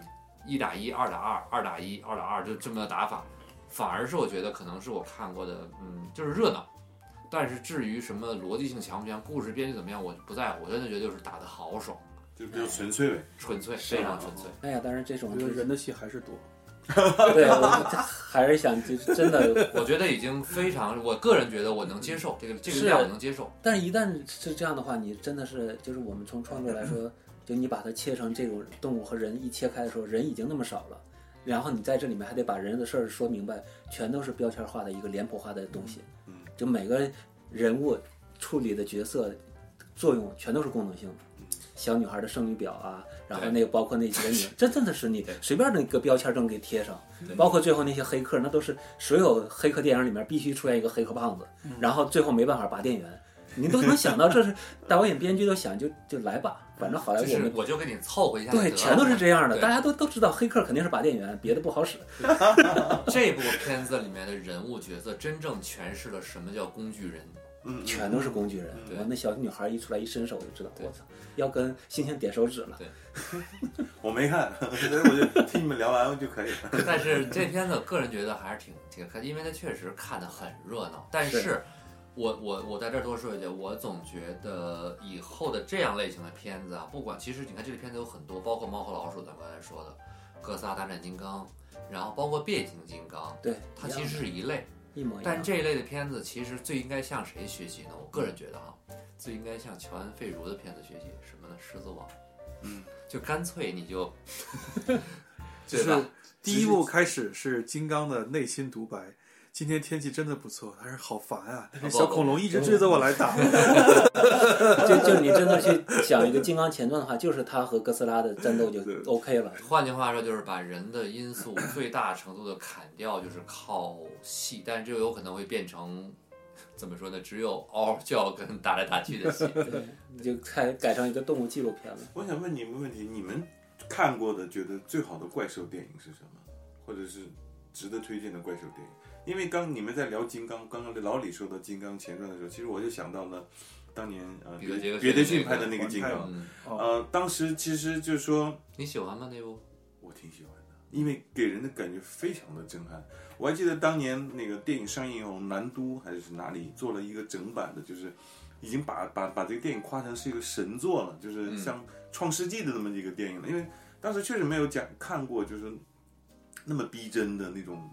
，1打1、2打2、2打1、2打2，就这么的打法，反而是我觉得可能是我看过的，就是热闹。但是至于什么逻辑性强不强、故事编剧怎么样，我不在乎。我真的觉得就是打得好爽， 就比较纯粹呗， 非常纯粹。 哎呀，但是这种人的戏还是多。 对，我还是想真的， 我觉得已经非常，我个人觉得我能接受这个量，我能接受。 但是，一旦是这样的话，你真的是就是我们从创作来说，就你把它切成这种动物和人一切开的时候，人已经那么少了，然后你在这里面还得把人的事儿说明白，全都是标签化的一个脸谱化的东西。就每个人物处理的角色作用全都是功能性的。小女孩的生理表啊，然后那个包括那些女，这真的是你随便那个标签正给贴上，包括最后那些黑客，那都是所有黑客电影里面必须出现一个黑客胖子，然后最后没办法拔电源，你都能想到，这是导演编剧都想就来吧，反正好莱坞我就给你凑合一下， 对，全都是这样的，大家都知道黑客肯定是拔电源，别的不好使。 这部片子里面的人物角色真正诠释了什么叫工具人。 全都是工具人。我那小女孩一出来一伸手，我就知道，我操，要跟星星点手指了。 对， 我没看，所以我就听你们聊完就可以了。 但是这片子个人觉得还是挺看，因为它确实看得很热闹。但是我在这儿多说一句，我总觉得以后的这样类型的片子啊，不管其实你看这个片子有很多，包括《猫和老鼠》，咱们刚才说的《哥斯拉大战金刚》，然后包括《变形金刚》， 对， 它其实是一类。 一模一样。 但这一类的片子其实最应该向谁学习呢？我个人觉得最应该向乔恩·费如的片子学习，什么呢？狮子王。就干脆你就， 就是第一部开始是金刚的内心独白。今天天气真的不错，但是好烦啊！那小恐龙一直追着我来打。 就你真的去讲一个金刚前传的话，就是他和哥斯拉的战斗就 OK 了。 换句话说，就是把人的因素最大程度的砍掉，就是靠戏，但这有可能会变成怎么说呢？只有嗷嗷叫跟打来打去的戏， 就改成一个动物纪录片了。 我想问你们问题：你们看过的觉得最好的怪兽电影是什么？或者是值得推荐的怪兽电影？因为你们在聊金刚，刚刚老李说到金刚前传的时候，其实我就想到了当年别德逊拍的那个金刚，当时其实就是说， 你喜欢吗那部？ 我挺喜欢的，因为给人的感觉非常的震撼。我还记得当年那个电影上映后，南都还是哪里做了一个整版的，就是已经把这个电影夸成是一个神作了，就是像创世纪的那么一个电影了。因为当时确实没有看过，就是那么逼真的那种。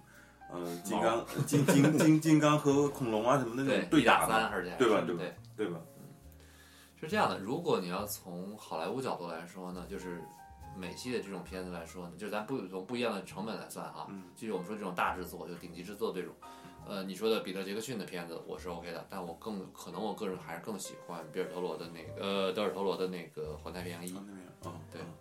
金刚和恐龙啊什么的那种对打嘛， 对吧？对吧？ 是这样的，如果你要从好莱坞角度来说呢，就是美系的这种片子来说呢，就是咱从不一样的成本来算哈，就是我们说这种大制作，就顶级制作这种，你说的彼得·杰克逊的片子我是 OK 的，但我个人还是更喜欢德尔托罗的那个《环太平洋1》。对。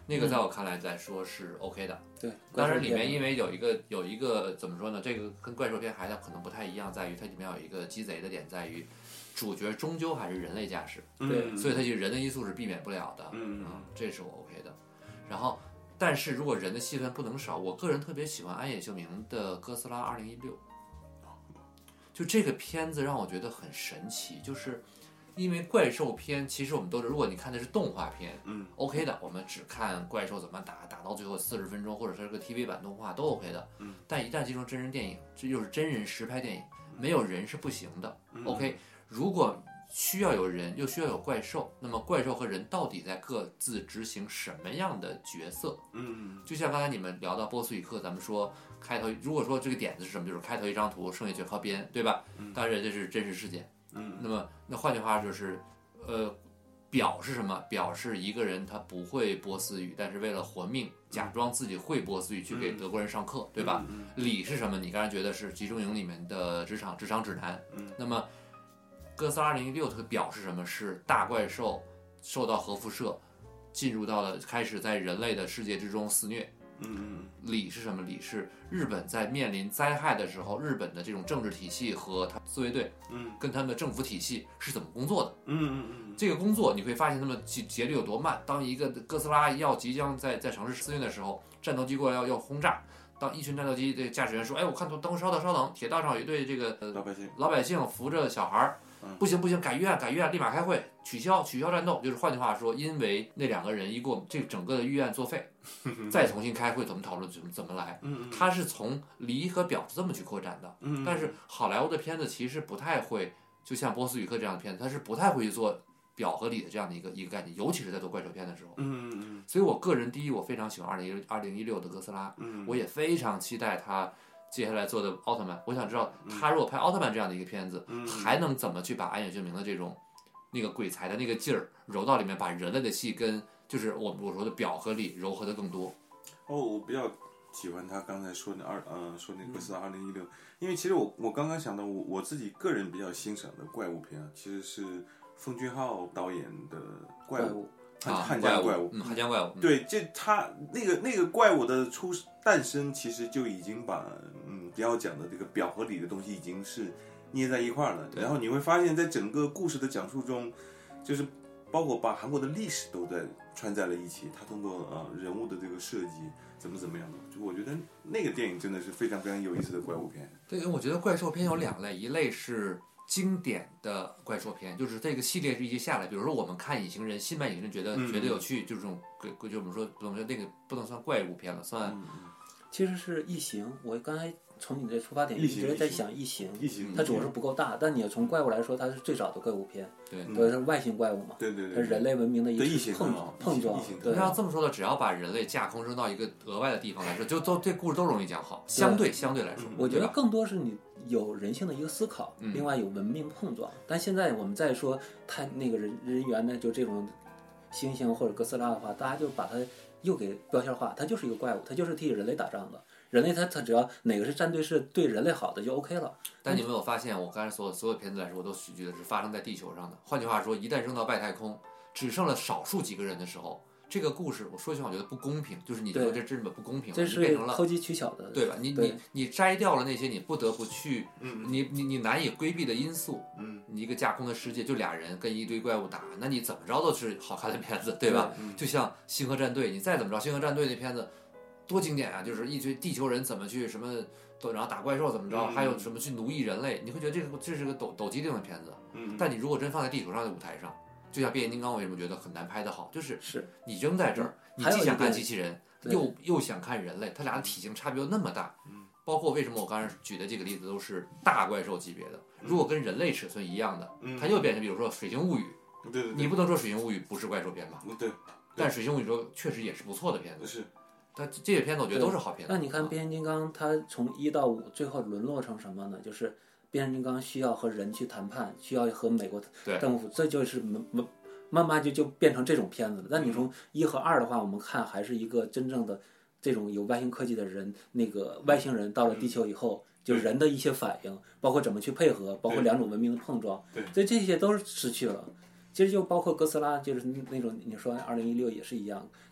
那个在我看来来说是 OK 的。 对， 当然里面因为有一个怎么说呢？这个跟怪兽片还可能不太一样，在于它里面有一个鸡贼的点，在于主角终究还是人类驾驶， 对， 所以它就人的因素是避免不了的。这是我 OK 的。然后，但是如果人的戏份不能少，我个人特别喜欢安野秀明的《哥斯拉2016》，就这个片子让我觉得很神奇，就是因为怪兽片其实我们都是，如果你看的是动画片，OK 的，我们只看怪兽怎么打到最后40分钟，或者是个 TV 版动画都 OK 的。但一旦进入真人电影，这就是真人实拍电影，没有人是不行的。OK， 如果需要有人又需要有怪兽，那么怪兽和人到底在各自执行什么样的角色？就像刚才你们聊到波斯语课，咱们说开头，如果说这个点子是什么，就是开头一张图，剩下就靠编，对吧？当然这是真实事件。那换句话就是，表是什么？表是一个人他不会波斯语，但是为了活命，假装自己会波斯语去给德国人上课，对吧？理是什么？你刚才觉得是集中营里面的职场指南。那么哥斯拉2016它表是什么？是大怪兽受到核辐射，进入到了开始在人类的世界之中肆虐。理是什么？理是日本在面临灾害的时候，日本的这种政治体系和他自卫队，跟他们的政府体系是怎么工作的？这个工作你会发现他们节律有多慢。当一个哥斯拉即将在城市肆虐的时候，战斗机过来要轰炸。当一群战斗机的驾驶员说：“哎，我看等稍等，铁道上有一队这个老百姓扶着小孩。”不行，改预案，立马开会，取消战斗。就是换句话说，因为那2个人一过，这整个的预案作废，再重新开会怎么讨论怎么来。它是从理和表是这么去扩展的。但是好莱坞的片子其实不太会，就像波斯语课这样的片子，它是不太会去做表和理的这样的一个概念，尤其是在做怪兽片的时候。所以我个人第一，我非常喜欢2016的哥斯拉，我也非常期待他接下来做的奥特曼。我想知道他如果拍奥特曼这样的一个片子，还能怎么去把安野秀明的这种那个鬼才的那个劲儿揉到里面，把人类的戏跟就是我说的表和里糅合的更多。 我比较喜欢他刚才说的说那个哥斯拉2016，因为其实我刚刚想到我自己个人比较欣赏的怪物片其实是奉俊昊导演的怪物。汉江怪物， 汉江怪物， 对，这他那个怪物的诞生，其实就已经把比较讲的这个表和里的东西已经是捏在一块儿了。然后你会发现在整个故事的讲述中，就是包括把韩国的历史都在串在了一起。他通过人物的这个设计怎么样的，就我觉得那个电影真的是非常非常有意思的怪物片。 对，我觉得怪兽片有2类，一类是经典的怪兽片，就是这个系列是一直下来，比如说我们看隐形人，新版隐形人觉得有趣，就是这种就我们说不能说那个不能算怪物片了，算其实是异形。我刚才从你的出发点一直在想异形，它主要是不够大，但你要从怪物来说，它是最早的怪物片， 对， 都是外星怪物嘛， 对， 它是人类文明的一次碰撞。对， 要这么说的，只要把人类架空扔到一个额外的地方来说，就都这故事都容易讲好，相对来说， 我觉得更多是你有人性的一个思考，另外有文明碰撞。但现在我们再说他那个人员呢，就这种猩猩或者哥斯拉的话，大家就把它又给标签化，它就是一个怪物，它就是替人类打仗的。人类他只要哪个是战队是对人类好的就 OK 了。 但你们有发现，我刚才所有片子来说，我都举的是发生在地球上的。换句话说，一旦扔到外太空，只剩了少数几个人的时候，这个故事我说句话，我觉得不公平，就是你觉得这真的不公平了， 这是变成了投机取巧的， 对吧？你摘掉了那些你不得不去，你难以规避的因素，你一个架空的世界就2人跟一堆怪物打，那你怎么着都是好看的片子，对吧？就像《星河战队》，你再怎么着，《星河战队》那片子多经典啊！就是一堆地球人怎么去什么，然后打怪兽怎么着，还有什么去奴役人类，你会觉得这是个抖机灵的片子。但你如果真放在地球上的舞台上，就像变形金刚，我为什么觉得很难拍得好？就是你扔在这儿，你既想看机器人，又想看人类，它俩的体型差别又那么大。包括为什么我刚才举的这个例子都是大怪兽级别的，如果跟人类尺寸一样的，它又变成比如说《水形物语》。 对， 你不能说《水形物语》不是怪兽片吧？ 对。 但《水形物语》说确实也是不错的片子。 是。 它这些片子我觉得都是好片子。 那你看变形金刚，它从1到5最后沦落成什么呢？就是变形金刚需要和人去谈判，需要和美国政府，这就是慢慢就变成这种片子了。但你从1和2的话，我们看还是一个真正的这种有外星科技的人，那个外星人到了地球以后，就人的一些反应，包括怎么去配合，包括2种文明的碰撞，所以这些都是失去了。其实就包括哥斯拉，就是那种你说2016也是一样，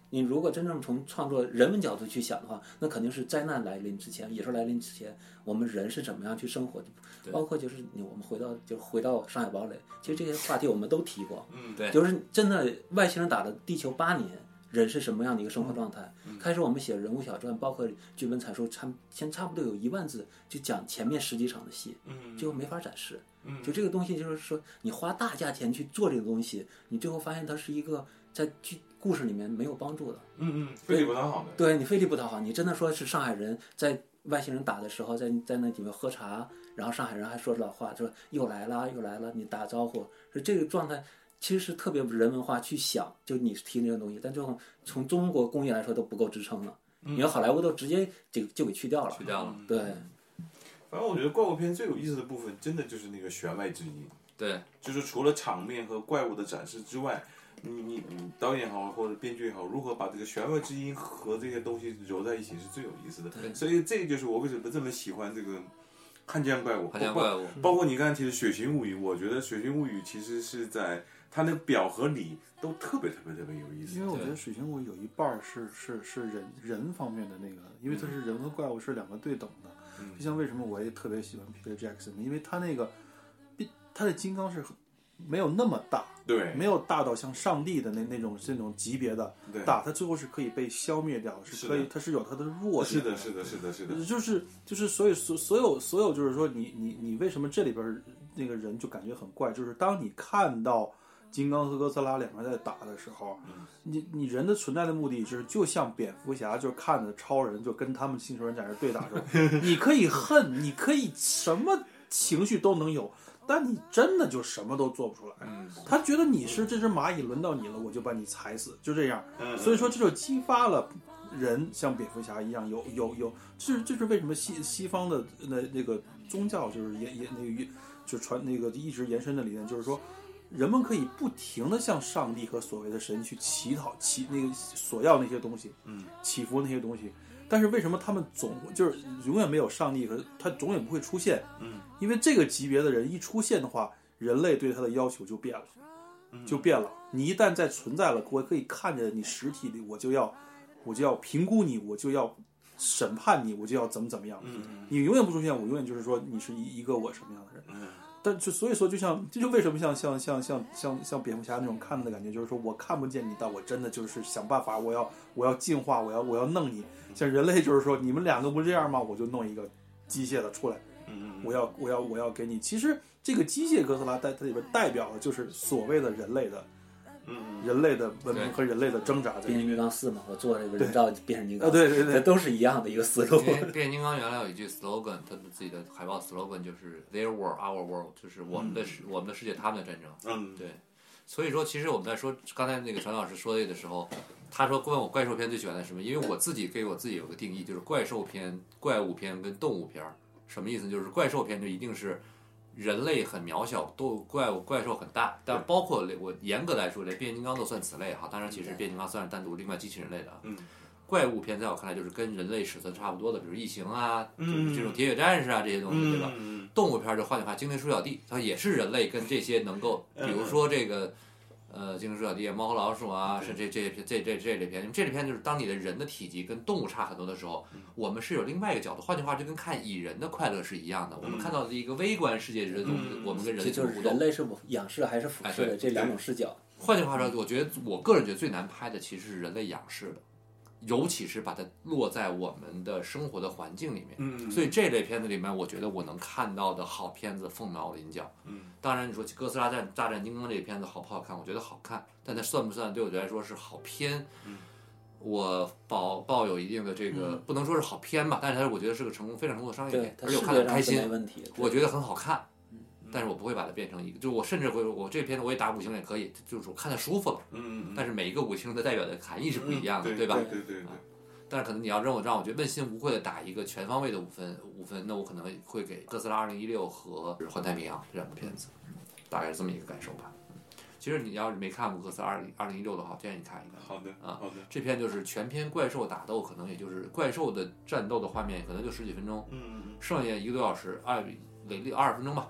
你如果真正从创作人文角度去想的话，那肯定是灾难来临之前，野兽来临之前，我们人是怎么样去生活的，包括就是我们回到上海堡垒，其实这些话题我们都提过， 对， 就是真的外星人打了地球8年。人是什么样的一个生活状态？开始我们写人物小传，包括剧本阐述，差不多有1万字，就讲前面10几场的戏，就没法展示。就这个东西，就是说你花大价钱去做这个东西，你最后发现它是一个在故事里面没有帮助的。 费力不讨好的。 对，你费力不讨好，你真的说是上海人在外星人打的时候，在那里面喝茶，然后上海人还说老话，说又来了，你打招呼，是这个状态。其实是特别人文化去想，就你提那个东西，但最后从中国工业来说都不够支撑了。你看好莱坞都直接就给去掉了。对。 反正我觉得怪物片最有意思的部分，真的就是那个弦外之音。 对， 就是除了场面和怪物的展示之外，你导演好或者编剧也好，如何把这个弦外之音和这些东西揉在一起是最有意思的。所以这就是我为什么这么喜欢这个。汉江怪物，包括你刚才提的《血腥物语》，我觉得《血腥物语》其实是在它那个表和里都特别有意思。 因为我觉得《血腥物语》有一半是人方面的那个，因为它是人和怪物是两个对等的。就像为什么我也特别喜欢 Peter Jackson， 因为他的金刚是没有那么大， 对， 没有大到像上帝的那种级别的大，它最后是可以被消灭掉，是可以，它是有它的弱点的。 是的。 就是所有就是说你为什么这里边那个人就感觉很怪？就是当你看到金刚和哥斯拉两个人在打的时候，你人的存在的目的是就像蝙蝠侠就看着超人就跟他们星球人在这对打的时候，你可以恨，你可以什么情绪都能有。但你真的就什么都做不出来。他觉得你是这只蚂蚁，轮到你了，我就把你踩死，就这样。所以说这就激发了人像蝙蝠侠一样有，这是为什么西方的那个宗教就是就传那个一直延伸的理念，就是说人们可以不停的向上帝和所谓的神去祈祷那个索要那些东西，祈福那些东西。但是为什么他们就是永远没有上帝和他总也不会出现？因为这个级别的人一出现的话，人类对他的要求就变了，你一旦再存在了，我可以看着你实体里，我就要评估你，我就要审判你，我就要怎么样。你永远不出现，我永远就是说你是一个我什么样的人。但就所以说，这就为什么像蝙蝠侠那种看的感觉，就是说我看不见你，但我真的就是想办法，我要进化，我要弄你。像人类就是说，你们两个不这样吗？我就弄一个机械的出来，我要给你。其实这个机械哥斯拉它里边代表的就是所谓的人类的。人类的文明和人类的挣扎。 变形金刚4嘛，我做这个人造变形金刚， 对， 这都是一样的一个思路。 变形金刚原来有一句 slogan， 他们自己的海报 slogan 就是 Their world, our world， 就是我们的世界，他们的战争。对。所以说，其实我们在说刚才那个传老师说的时候，他说问我怪兽片最喜欢的是什么？因为我自己给我自己有个定义，就是怪兽片、怪物片跟动物片。什么意思？就是怪兽片就一定是。人类很渺小，怪兽很大，但包括我严格来说，连变形金刚都算此类哈。当然，其实变形金刚算是单独另外机器人类的。怪物片在我看来就是跟人类尺寸差不多的，比如异形啊，就是这种铁血战士啊这些东西，对吧？动物片就换句话，精灵鼠小弟，它也是人类跟这些能够，比如说这个。精灵鼠小弟、猫和老鼠啊，是这类片。这类片就是当你的人的体积跟动物差很多的时候，我们是有另外一个角度。换句话，就跟看蚁人的快乐是一样的。我们看到的一个微观世界的东西，我们跟人类就是人类是仰视还是俯视的这两种视角。 换句话说，我个人觉得最难拍的其实是人类仰视的。尤其是把它落在我们的生活的环境里面，所以这类片子里面，我觉得我能看到的好片子凤毛麟角。当然你说哥斯拉大战金刚这个片子好不好看？我觉得好看，但它算不算对我来说是好片？我抱有一定的这个，不能说是好片吧，但是我觉得是个非常成功的商业片，而且我看得很开心，我觉得很好看。但是我不会把它变成一个，就我甚至我这片子我也打5星也可以，就是我看得舒服了。但是每一个5星的代表的含义是不一样的，对吧？ 对。 但是可能你要让我觉得问心无愧的打一个全方位的5分，那我可能会给哥斯拉2016和环太平洋这两部片子，大概是这么一个感受吧。其实你要是没看过哥斯拉2016的话，建议你看一看。 好的。 这片就是全篇怪兽打斗，可能也就是怪兽的战斗的画面，可能就10几分钟，剩下1个多小时，20分钟吧。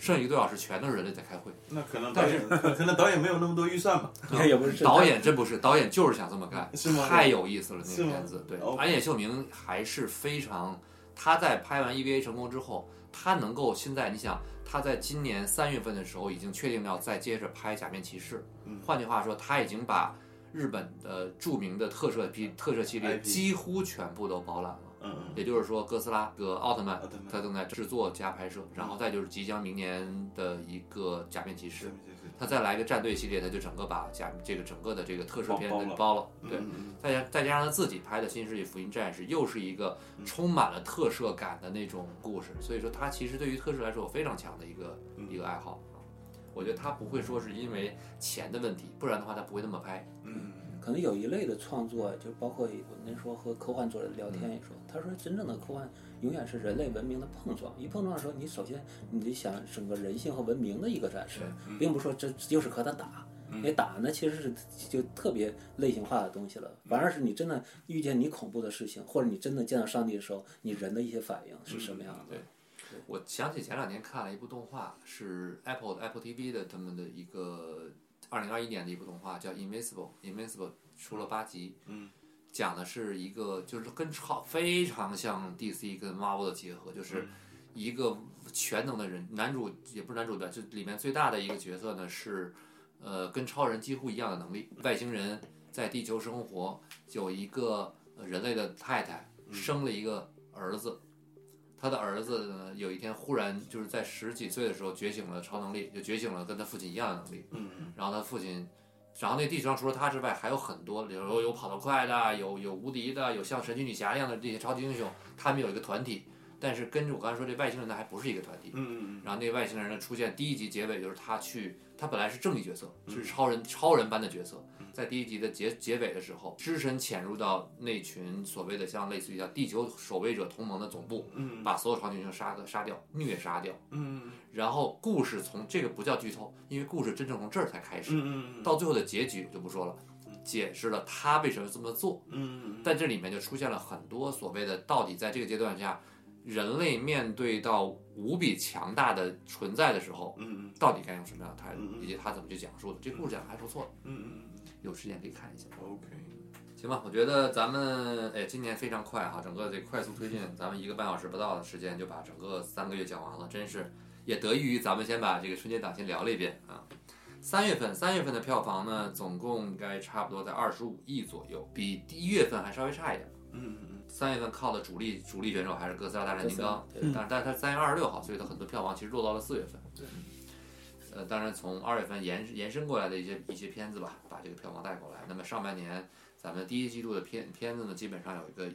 剩1个多小时全都是人类在开会。 那可能导演没有那么多预算吧？ 也不是导演真不是，导演就是想这么干， 是吗？ 太有意思了那个片子。对， 哦安野秀明还是非常，他在拍完 EVA 成功之后，他能够现在你想，他在今年3月份的时候已经确定要再接着拍假面骑士。换句话说，他已经把日本的著名的特摄系列几乎全部都包揽了。也就是说，哥斯拉、奥特曼，他正在制作加拍摄，然后再就是即将明年的一个假面骑士，他再来一个战队系列，他就整个把整个的这个特摄片包了。对，再加上他自己拍的《新世纪福音战士》，又是一个充满了特摄感的那种故事，所以说他其实对于特摄来说有非常强的一个爱好。我觉得他不会说是因为钱的问题，不然的话他不会那么拍。 可能有一类的创作，就包括我那时候和科幻作者聊天也说，他说真正的科幻永远是人类文明的碰撞。一碰撞的时候，你首先你得想整个人性和文明的一个展示，并不是说这就是和他打。因为打呢其实是就特别类型化的东西了，反而是你真的遇见你恐怖的事情，或者你真的见到上帝的时候，你人的一些反应是什么样的。 对，我想起前2天看了一部动画，是 Apple TV 的他们的一个2021年的一部动画，叫 Invincible 出了8集，讲的是一个就是跟非常像 DC 跟 Marvel 的结合，就是一个全能的人，男主也不是男主的，就里面最大的一个角色呢是跟超人几乎一样的能力，外星人在地球生活，有一个人类的太太生了一个儿子。他的儿子呢，有一天忽然就是在10几岁的时候觉醒了超能力，就觉醒了跟他父亲一样的能力。然后他父亲，然后那地球上除了他之外，还有很多，有跑得快的，有无敌的，有像神奇女侠一样的这些超级英雄，他们有一个团体。但是跟着我刚才说这外星人呢，还不是一个团体。然后那个外星人呢出现第1集结尾就是他本来是正义角色，是超人般的角色。在第1集的结尾的时候，只身潜入到那群所谓的像类似于像地球守卫者同盟的总部，把所有超级英雄杀掉，虐杀掉。然后故事从这个不叫剧透，因为故事真正从这儿才开始。到最后的结局我就不说了，解释了他为什么这么做。在这里面就出现了很多所谓的到底在这个阶段下，人类面对到无比强大的存在的时候，到底该用什么样的态度，以及他怎么去讲述的。这故事讲的还不错。有时间可以看一下。 OK， 行吧，我觉得咱们今年非常快哈，整个这快速推进，咱们1个半小时不到的时间就把整个3个月讲完了，真是也得益于咱们先把这个春节档先聊了一遍啊。3月份的票房呢，总共应该差不多在25亿左右，比1月份还稍微差一点。3月份靠的主力选手还是哥斯拉大战金刚，但是它3月26号，所以它很多票房其实落到了4月份。当然从2月份延伸过来的一些片子吧，把这个票房带过来。那么上半年咱们第1季度的片子呢，基本上有一个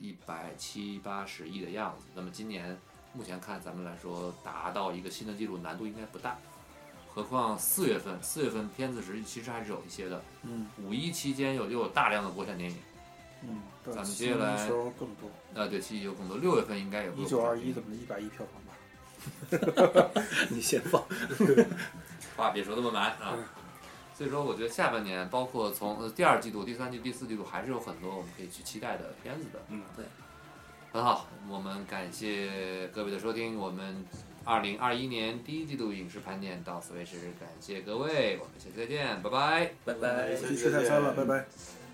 170-180亿的样子。那么今年目前看咱们来说，达到一个新的纪录难度应该不大。何况4月份片子其实还是有一些的。5·1期间又有大量的国产电影。咱们接下来更多。 对，7有更多。6月份应该有。 1921怎么100亿票房吧？你先放。 话别说那么满啊！所以说，我觉得下半年，包括从第2季度、第3季度、第4季度，还是有很多我们可以去期待的片子的。 对， 很好，我们感谢各位的收听，我们2021年第1季度影视盘点到此为止，感谢各位，我们下期再见，拜拜， 拜拜， 期待3了，拜拜。